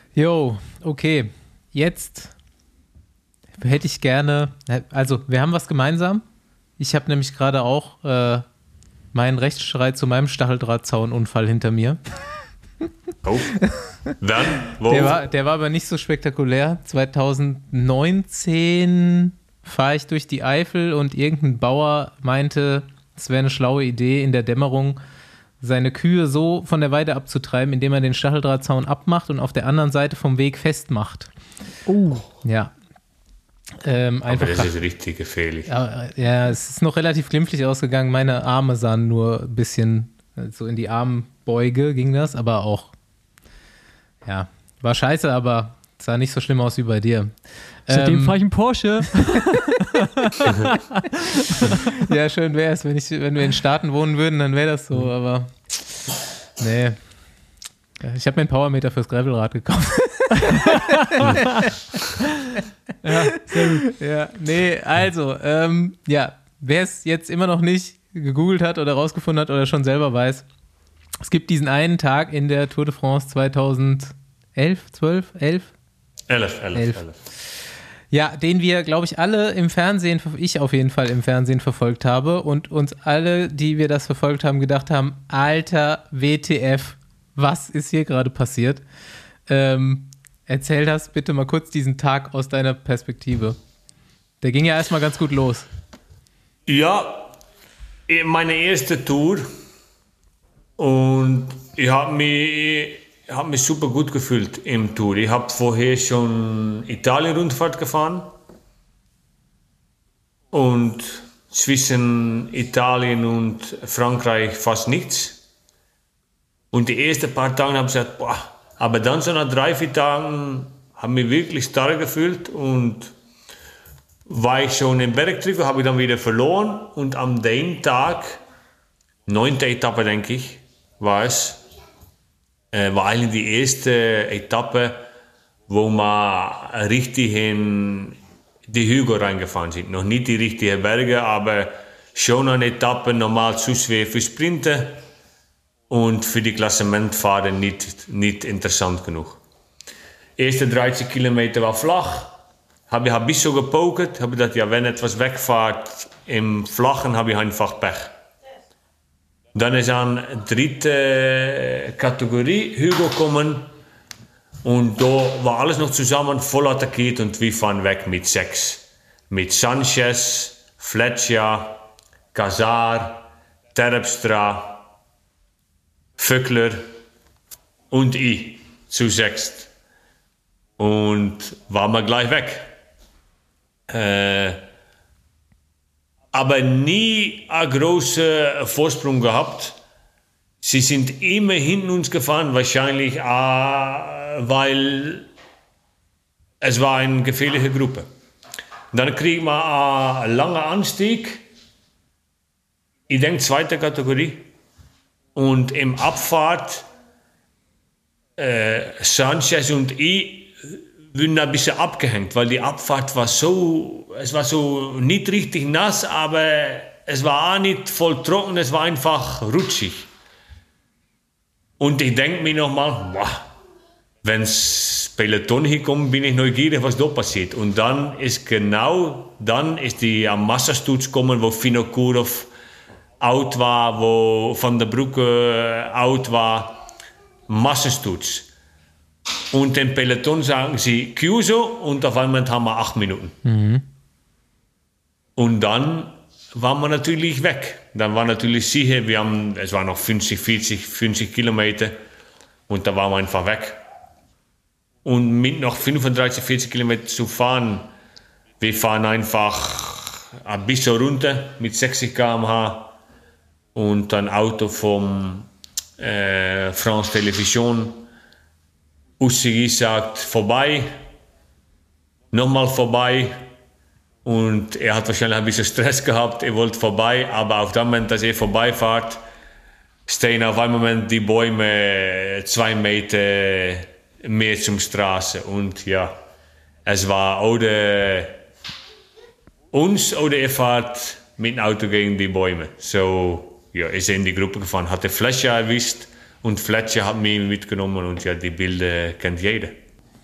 Jo, okay. Jetzt hätte ich gerne, also wir haben was gemeinsam. Ich habe nämlich gerade auch meinen Rechtsstreit zu meinem Stacheldrahtzaununfall hinter mir. Oh. Dann? Wo? Der war aber nicht so spektakulär. 2019 fahre ich durch die Eifel und irgendein Bauer meinte, es wäre eine schlaue Idee, in der Dämmerung seine Kühe so von der Weide abzutreiben, indem er den Stacheldrahtzaun abmacht und auf der anderen Seite vom Weg festmacht. Ja. Einfach Aber das ist richtig gefährlich. Ja, es ist noch relativ glimpflich ausgegangen. Meine Arme sahen nur ein bisschen so in die Armbeuge ging das, aber auch, ja, war scheiße, aber sah nicht so schlimm aus wie bei dir. Seitdem fahre ich einen Porsche. Ja, schön wäre es, wenn wir in den Staaten wohnen würden, dann wäre das so, aber nee. Ja, ich habe mir einen Powermeter fürs Gravelrad gekauft. Ja, sehr gut. Ja, nee, also, ja, wer es jetzt immer noch nicht gegoogelt hat oder rausgefunden hat oder schon selber weiß, es gibt diesen einen Tag in der Tour de France 2011, 12, 11? 11. Ja, den wir, glaube ich, alle im Fernsehen, ich auf jeden Fall im Fernsehen verfolgt habe und uns alle, die wir das verfolgt haben, gedacht haben, alter WTF, was ist hier gerade passiert? Erzähl das bitte mal kurz, diesen Tag aus deiner Perspektive. Der ging ja erstmal ganz gut los. Ja, meine erste Tour und ich habe mich super gut gefühlt im Tour. Ich habe vorher schon Italien-Rundfahrt gefahren und zwischen Italien und Frankreich fast nichts. Und die ersten paar Tage habe ich gesagt, boah, aber dann so nach 3-4 Tagen habe ich mich wirklich stark gefühlt und war ich schon im Bergtrikot, habe ich dann wieder verloren und am dem Tag, 9. Etappe denke ich, war es, war eigentlich die erste Etappe, wo wir richtig in die Hügel reingefahren sind. Noch nicht die richtigen Berge, aber schon eine Etappe normal zu schwer für Sprinten und für die Klassementfahrer nicht interessant genug. Erste 30 Kilometer war flach, habe ich ein bisschen gepokert, habe gedacht, ja, wenn etwas wegfährt im Flachen, habe ich einfach Pech. Dann ist an dritte Kategorie Hügel gekommen und da war alles noch zusammen voll attackiert und wir fahren weg mit 6. Mit Sanchez, Fletcher, Cazar, Terpstra, Vöckler und ich zu 6. Und waren wir gleich weg. Aber nie einen großen Vorsprung gehabt. Sie sind immer hinten uns gefahren, wahrscheinlich weil es war eine gefährliche Gruppe. Dann kriegen wir einen langen Anstieg, ich denke 2. Kategorie. Und im Abfahrt, Sanchez und ich wurden ein bisschen abgehängt, weil die Abfahrt war so nicht richtig nass, aber es war auch nicht voll trocken, es war einfach rutschig. Und ich denke mir nochmal, wenn das Peloton hier kommt, bin ich neugierig, was da passiert. Und dann ist die Massasturz gekommen, wo Vinokourov out war, wo Van der Brugge out war, Massasturz. Und dem Peloton sagen sie Chiuso und auf einmal haben wir 8 Minuten. Mhm. Und dann waren wir natürlich weg. Dann war natürlich sicher, es waren noch 50 Kilometer und da waren wir einfach weg. Und mit noch 35, 40 Kilometer zu fahren, wir fahren einfach ein bisschen runter mit 60 km/h und ein Auto vom France Television Usigi sagt vorbei, nochmal vorbei und er hat wahrscheinlich ein bisschen Stress gehabt, er wollte vorbei, aber auf dem Moment, dass er vorbeifährt, stehen auf einem Moment die Bäume 2 Meter mehr zum Straße und ja, es war oder uns oder er fährt mit dem Auto gegen die Bäume. So, ja, ist er in die Gruppe gefahren, hat der Fletcher erwischt. Und Fletcher hat mich mitgenommen und ja, die Bilder kennt jeder.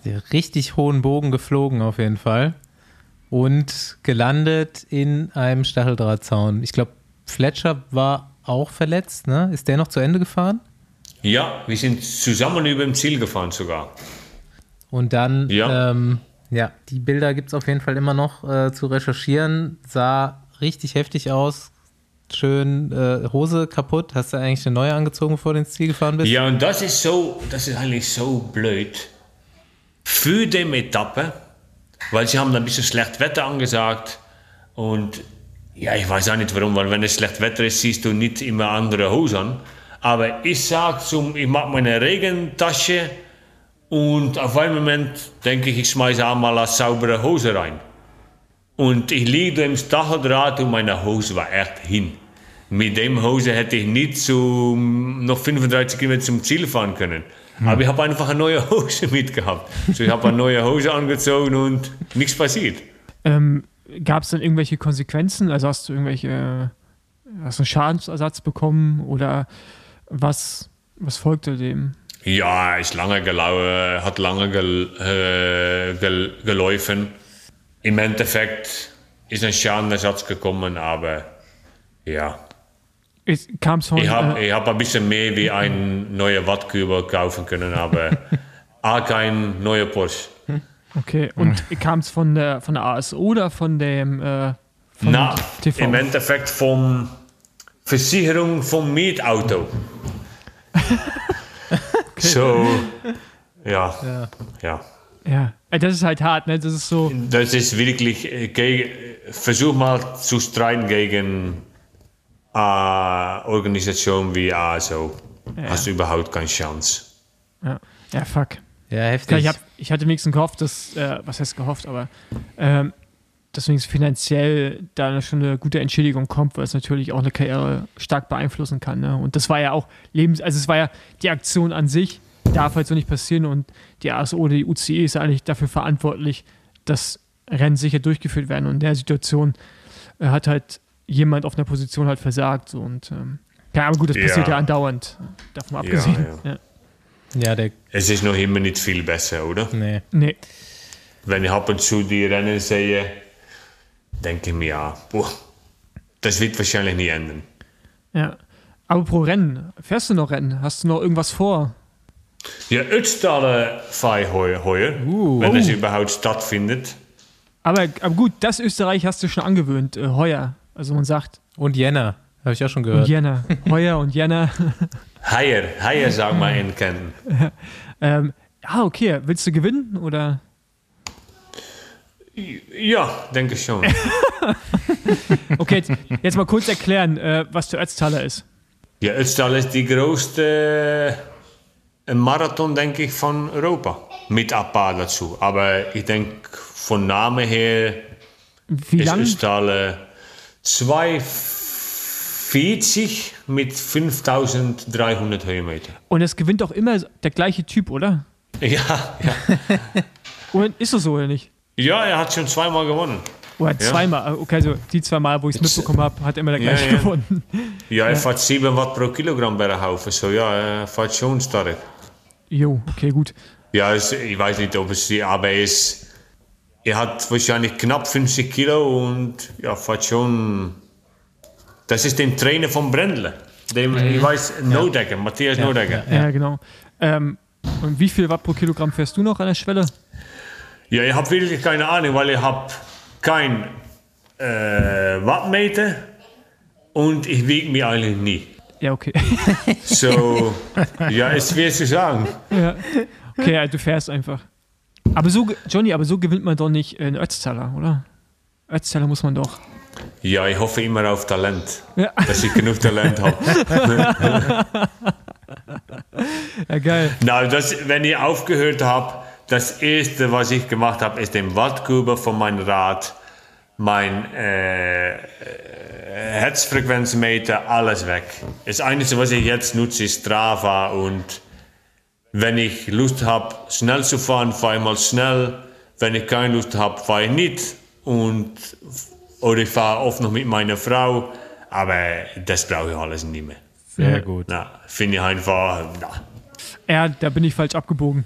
richtig hohen Bogen geflogen auf jeden Fall und gelandet in einem Stacheldrahtzaun. Ich glaube, Fletcher war auch verletzt, ne? Ist der noch zu Ende gefahren? Ja, wir sind zusammen über dem Ziel gefahren sogar. Und dann, Ja. Die Bilder gibt es auf jeden Fall immer noch zu recherchieren. Sah richtig heftig aus. Schön Hose kaputt. Hast du eigentlich eine neue angezogen, bevor du ins Ziel gefahren bist? Ja, und das ist eigentlich so blöd für die Etappe, weil sie haben ein bisschen schlecht Wetter angesagt und ja, ich weiß auch nicht warum, weil wenn es schlecht Wetter ist, siehst du nicht immer andere Hosen an. Aber ich sage ich mache meine Regentasche und auf einen Moment denke ich schmeiße einmal eine saubere Hose rein. Und ich liege im Stacheldraht und meine Hose war echt hin. Mit dem Hose hätte ich nicht noch 35 Kilometer zum Ziel fahren können. Aber ich habe einfach eine neue Hose mitgehabt. So, ich habe eine neue Hose angezogen und nichts passiert. Gab es dann irgendwelche Konsequenzen? Also hast du einen Schadensersatz bekommen oder was folgte dem? Ja, ist lange hat lange gelaufen. Im Endeffekt ist ein Schadenersatz gekommen, aber ja. Kam's von, Ich hab ein bisschen mehr wie ein neuer Wattkübel kaufen können, aber auch kein neuer Porsche. Okay, und kam es von der ASO oder von dem TV? Im Endeffekt vom Versicherung vom Mietauto. So, ja. Ja, das ist halt hart, ne? Das ist so. Das ist wirklich, versuch mal zu streiten gegen eine Organisation wie ASO. Ja. Hast du überhaupt keine Chance. Ja, fuck. Ja, heftig. Klar, ich hatte wenigstens gehofft, was heißt gehofft, aber dass wenigstens finanziell da schon eine gute Entschädigung kommt, weil es natürlich auch eine Karriere stark beeinflussen kann. Ne? Und das war ja auch also es war ja die Aktion an sich, darf halt so nicht passieren und die ASO oder die UCI ist eigentlich dafür verantwortlich, dass Rennen sicher durchgeführt werden und in der Situation hat halt jemand auf einer Position halt versagt so, und ja, aber gut, das passiert ja andauernd, davon abgesehen. Ja, Es ist noch immer nicht viel besser, oder? Nee. Wenn ich ab und zu die Rennen sehe, denke ich mir, ja, das wird wahrscheinlich nie enden. Ja, aber pro Rennen, fährst du noch Rennen? Hast du noch irgendwas vor? Ja, Ötztaler fahre ich heuer, wenn es überhaupt stattfindet. Aber gut, das Österreich hast du schon angewöhnt, heuer. Also man sagt. Und Jänner, habe ich auch schon gehört. Und Jänner. Heuer und Jänner. Heuer sagen wir in Kenten. Okay. Willst du gewinnen oder? Ja, denke schon. Okay, jetzt mal kurz erklären, was der Ötztaler ist. Ja, Ötztaler ist die größte Marathon, denke ich, von Europa. Mit ein paar dazu. Aber ich denke, von Name her Wie ist lang? Ötztaler 240 mit 5300 Höhenmeter. Und es gewinnt auch immer der gleiche Typ, oder? Ja. Und ist das so oder nicht? Ja, er hat schon zweimal gewonnen. Oder zweimal? Okay, also die zweimal, wo ich es mitbekommen habe, hat immer der gleiche gewonnen. Ja, er fährt 7 Watt pro Kilogramm bei der Haufe. So ja, er fährt schon stark. Jo, okay, gut. Ja, ich weiß nicht, ob es aber er hat wahrscheinlich knapp 50 Kilo und ja, fährt schon. Das ist der Trainer von Brendle. Ich weiß, Nodecker, Matthias Nodecker. Ja, genau. Und wie viel Watt pro Kilogramm fährst du noch an der Schwelle? Ja, ich habe wirklich keine Ahnung, weil ich habe kein Wattmeter und ich wiege mich eigentlich nie. Ja, okay. So, ja, ist schwer zu sagen. Ja. Okay, ja, du fährst einfach. Aber so, Johnny, so gewinnt man doch nicht in Ötztaler, oder? Ötztaler muss man doch. Ja, ich hoffe immer auf Talent. Ja. Dass ich genug Talent habe. Ja, geil. Na, wenn ich aufgehört habe, das erste, was ich gemacht habe, ist den Wattkübel von meinem Rad, mein Herzfrequenzmeter, alles weg. Das Einzige, was ich jetzt nutze, ist Strava und wenn ich Lust habe, schnell zu fahren, fahre ich mal schnell. Wenn ich keine Lust habe, fahre ich nicht. Oder ich fahre oft noch mit meiner Frau, aber das brauche ich alles nicht mehr. Sehr gut. Finde ich einfach, Ja, da bin ich falsch abgebogen.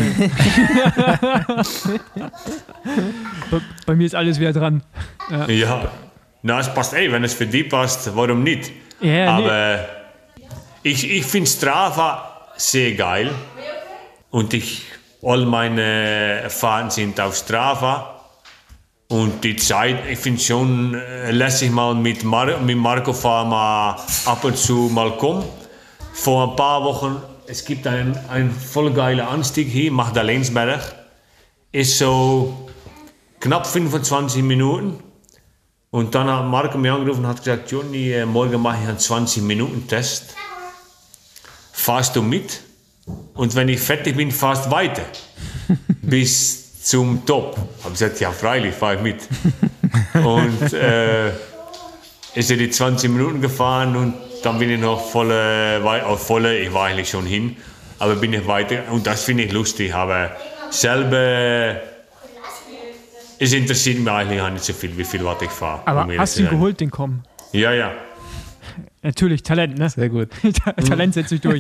Bei mir ist alles wieder dran. Ja. Na, es passt, wenn es für die passt, warum nicht? Ja, Aber ich finde Strava sehr geil. Und all meine Fahrten sind auf Strava. Und die Zeit, ich finde schon, lässig mal mit Marco fahren mal ab und zu mal kommen. Vor ein paar Wochen, es gibt einen voll geilen Anstieg hier, Magdalensberg. Ist so knapp 25 Minuten. Und dann hat Marco mich angerufen und hat gesagt, Johnny, morgen mache ich einen 20-Minuten-Test. Fahrst du mit? Und wenn ich fertig bin, fahrst weiter. Bis zum Top. Ich habe gesagt, ja freilich, fahre ich mit. Und ist er die 20 Minuten gefahren und dann bin ich noch volle, ich war eigentlich schon hin, aber bin ich weiter und das finde ich lustig, aber selber, es interessiert mich eigentlich auch nicht so viel, wie viel Watt ich fahre. Aber hast du ihn geholt, den Kommen? Ja. Natürlich, Talent, ne? Sehr gut. Talent setzt sich durch.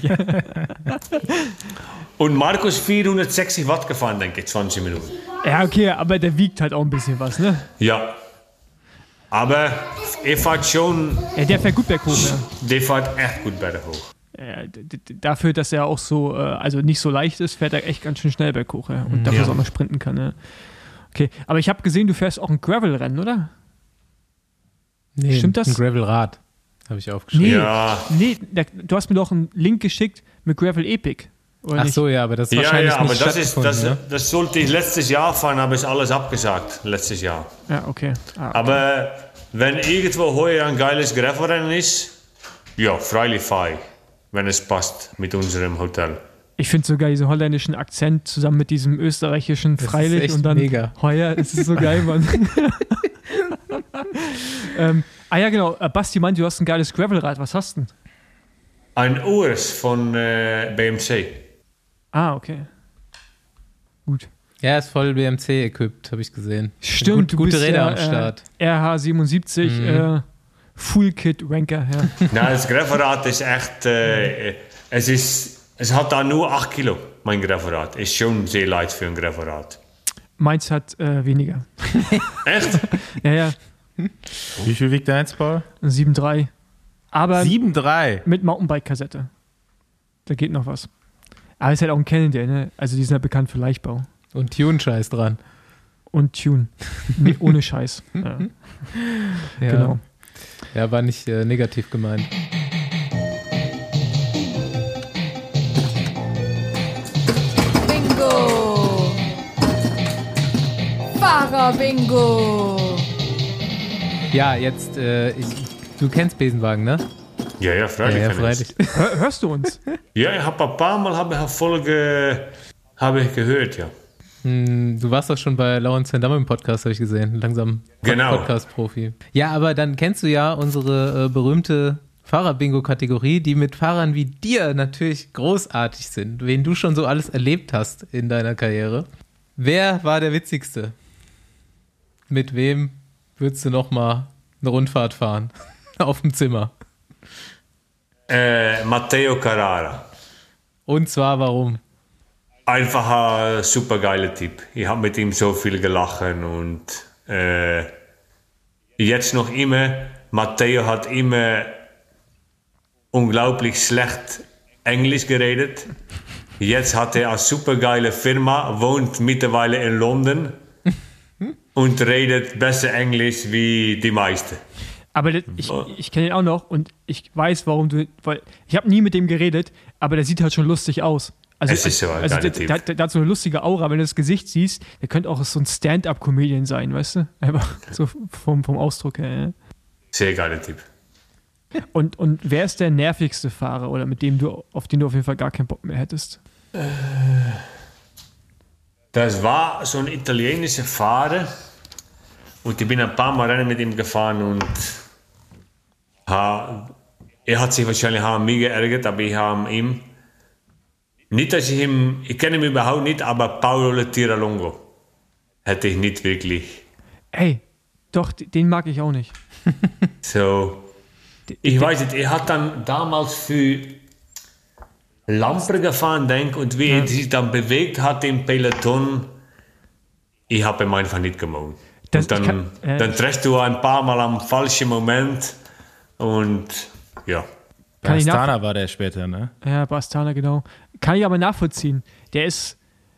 Und Markus 460 Watt gefahren, denke ich, 20 Minuten. Ja, okay, aber der wiegt halt auch ein bisschen was, ne? Ja. Aber er fährt schon... Ja, der fährt gut berghoch, ja. Der fährt echt gut berghoch. Dafür, dass er auch so, also nicht so leicht ist, fährt er echt ganz schön schnell berghoch, ja. Und dafür auch noch sprinten kann, ja. Okay, aber ich habe gesehen, du fährst auch ein Gravel-Rennen, oder? Nee, stimmt das? Ein Gravel-Rad, habe ich aufgeschrieben. Nee, du hast mir doch einen Link geschickt mit Gravel Epic. Ach so, ja, aber das ist wahrscheinlich aber nicht stattgefunden, das sollte ich letztes Jahr fahren, habe ich alles abgesagt, letztes Jahr. Ja, okay. Aber wenn irgendwo heuer ein geiles Gravelrennen ist, ja, freilich fahre ich, wenn es passt mit unserem Hotel. Ich finde sogar diesen holländischen Akzent zusammen mit diesem österreichischen Das freilich ist echt und dann mega. heuer, es ist so geil, Mann. Ja, genau. Basti meint, du hast ein geiles Gravelrad. Was hast du denn? Ein Urs von BMC. Ah, okay. Gut. Ja, ist voll BMC-equipped, habe ich gesehen. Stimmt, du gute bist Räder am Start. RH77 Full-Kit-Ranker. Ja. Nein, das Gravelrad ist echt, es hat da nur 8 Kilo, mein Gravelrad. Ist schon sehr leicht für ein Gravelrad. Meins hat weniger. Echt? Ja. Wie viel wiegt deins, Paul? 7,3. Aber 7,3. mit Mountainbike-Kassette. Da geht noch was. Aber ist halt auch ein Cannondale, ne? Also die sind ja bekannt für Leichtbau. Und Tune-Scheiß dran. Und Tune. Nee, ohne Scheiß. Ja. Ja. Genau. Ja, war nicht negativ gemeint. Bingo! Fahrer-Bingo! Ja, jetzt, du kennst Besenwagen, ne? Ja, freilich. Ja, kann ich. freilich. Hörst du uns? Ja, ich habe ein paar Mal eine Folge gehört, ja. Du warst doch schon bei Laurens Van Damme im Podcast, habe ich gesehen. Langsam Genau. Podcast-Profi. Ja, aber dann kennst du ja unsere berühmte Fahrer-Bingo-Kategorie, die mit Fahrern wie dir natürlich großartig sind, wen du schon so alles erlebt hast in deiner Karriere. Wer war der Witzigste? Mit wem würdest du noch mal eine Rundfahrt fahren? Auf dem Zimmer. Matteo Carrara. Und zwar warum? Einfach ein super geiler Typ. Ich habe mit ihm so viel gelachen und jetzt noch immer. Matteo hat immer unglaublich schlecht Englisch geredet. Jetzt hat er eine super geile Firma, wohnt mittlerweile in London und redet besser Englisch wie die meisten. Aber ich kenne ihn auch noch und ich weiß, weil ich habe nie mit dem geredet, aber der sieht halt schon lustig aus. Also, Es ist so ein geiler Typ. der hat so eine lustige Aura, wenn du das Gesicht siehst, der könnte auch so ein Stand-up-Comedian sein, weißt du? Einfach so vom Ausdruck her. Ja. Sehr geiler Typ. Und wer ist der nervigste Fahrer oder auf den du auf jeden Fall gar keinen Bock mehr hättest? Das war so ein italienischer Fahrer und ich bin ein paar Mal Rennen mit ihm gefahren und er hat sich wahrscheinlich an mir geärgert, aber ich habe ihm nicht, dass ich kenne ihn überhaupt nicht, aber Paolo Tiralongo hätte ich nicht wirklich. Ey, doch, den mag ich auch nicht. So, ich weiß nicht, er hat dann damals für Lampe gefahren, denke und wie er sich dann bewegt hat im Peloton, ich habe ihm einfach nicht gemogen. Das- Und dann triffst du ein paar Mal am falschen Moment und ja. Kann ich Astana war der später, ne? Ja, bei Astana, genau. Kann ich aber nachvollziehen. Der ist,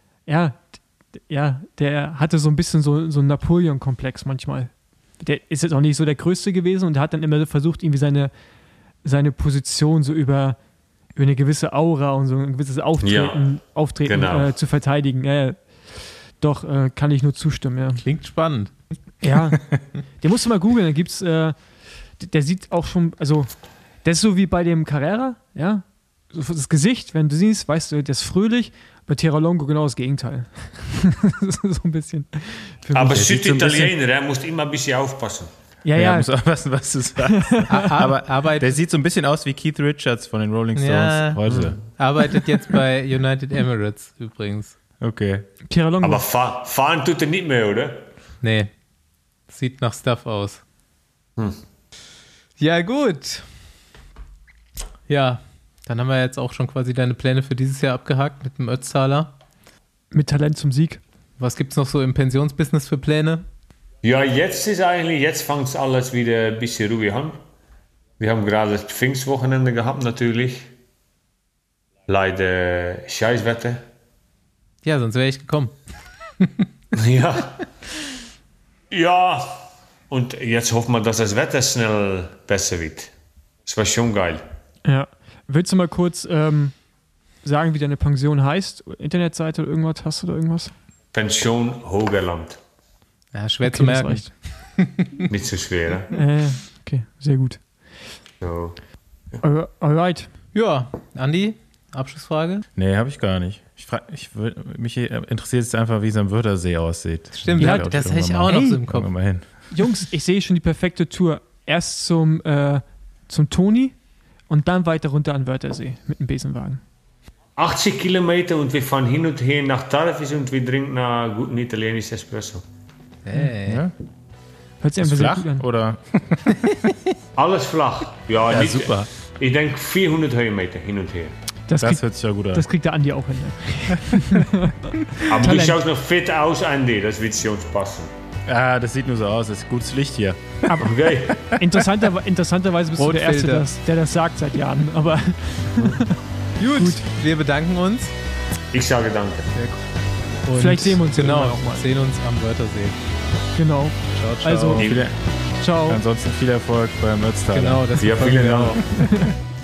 der hatte so ein bisschen so einen Napoleon-Komplex manchmal. Der ist jetzt auch nicht so der Größte gewesen und der hat dann immer versucht, irgendwie seine Position so über eine gewisse Aura und so ein gewisses Auftreten genau. zu verteidigen. Doch, kann ich nur zustimmen, ja. Klingt spannend. Ja, den musst du mal googeln, da gibt's, der sieht auch schon, also, das ist so wie bei dem Carrera, ja, so das Gesicht, wenn du siehst, weißt du, der ist fröhlich, bei Terralongo genau das Gegenteil. So ein bisschen. Aber sieht so ein Süditaliener, er muss immer ein bisschen aufpassen. Ja, muss aufpassen, was du sagst. Aber der sieht so ein bisschen aus wie Keith Richards von den Rolling Stones Ja. heute. Arbeitet jetzt bei United Emirates übrigens. Okay. Terralongo. Aber fahren tut er nicht mehr, oder? Nee. Sieht nach Stuff aus. Ja, gut. Ja, dann haben wir jetzt auch schon quasi deine Pläne für dieses Jahr abgehakt mit dem Ötztaler. Mit Talent zum Sieg. Was gibt's noch so im Pensionsbusiness für Pläne? Ja, jetzt fängt es alles wieder ein bisschen ruhig an. Wir haben gerade das Pfingstwochenende gehabt natürlich. Leider Scheißwetter. Ja, sonst wäre ich gekommen. Ja. Ja. Und jetzt hoffen wir, dass das Wetter schnell besser wird. Das war schon geil. Ja. Willst du mal kurz sagen, wie deine Pension heißt? Internetseite oder irgendwas? Hast du da irgendwas? Pension Hogerland. Ja, schwer Okay, zu das merken. reicht. Nicht so schwer, ne? Okay, sehr gut. So. Alright. Ja, Andi, Abschlussfrage? Nee, habe ich gar nicht. Mich interessiert jetzt einfach, wie es am Wörthersee aussieht. Stimmt, Ja, das hätte ich irgendwann auch mal- noch so im Kopf. Gucken wir mal hin. Jungs, ich sehe schon die perfekte Tour. Erst zum Toni und dann weiter runter an Wörthersee mit dem Besenwagen. 80 Kilometer und wir fahren hin und her nach Tarvis und wir trinken einen guten italienischen Espresso. Hey. Ja? Hört sich Ist einfach sehr flach gut an. oder? Alles flach. Ja, Ja, nicht, super. Ich denke 400 Höhenmeter hin und her. Das Das kriegt, hört sich ja gut an. das kriegt der Andi auch hin. Ne? Aber Talent. du schaust noch fit aus, Andy. Das wird schon passen. Ah, das sieht nur so aus. Das ist gutes Licht hier. Okay. Interessanterweise bist du der Erste, Rotfilter. der das sagt seit Jahren. Aber Gut, wir bedanken uns. Ich sage danke. Und Vielleicht sehen wir uns genau, irgendwann auch mal. sehen uns am Wörthersee. genau. Ciao, ciao. Also, Viele, ciao. ansonsten viel Erfolg beim Ötztaler. genau, das Ja, verfolgen vielen wir Dank. auch.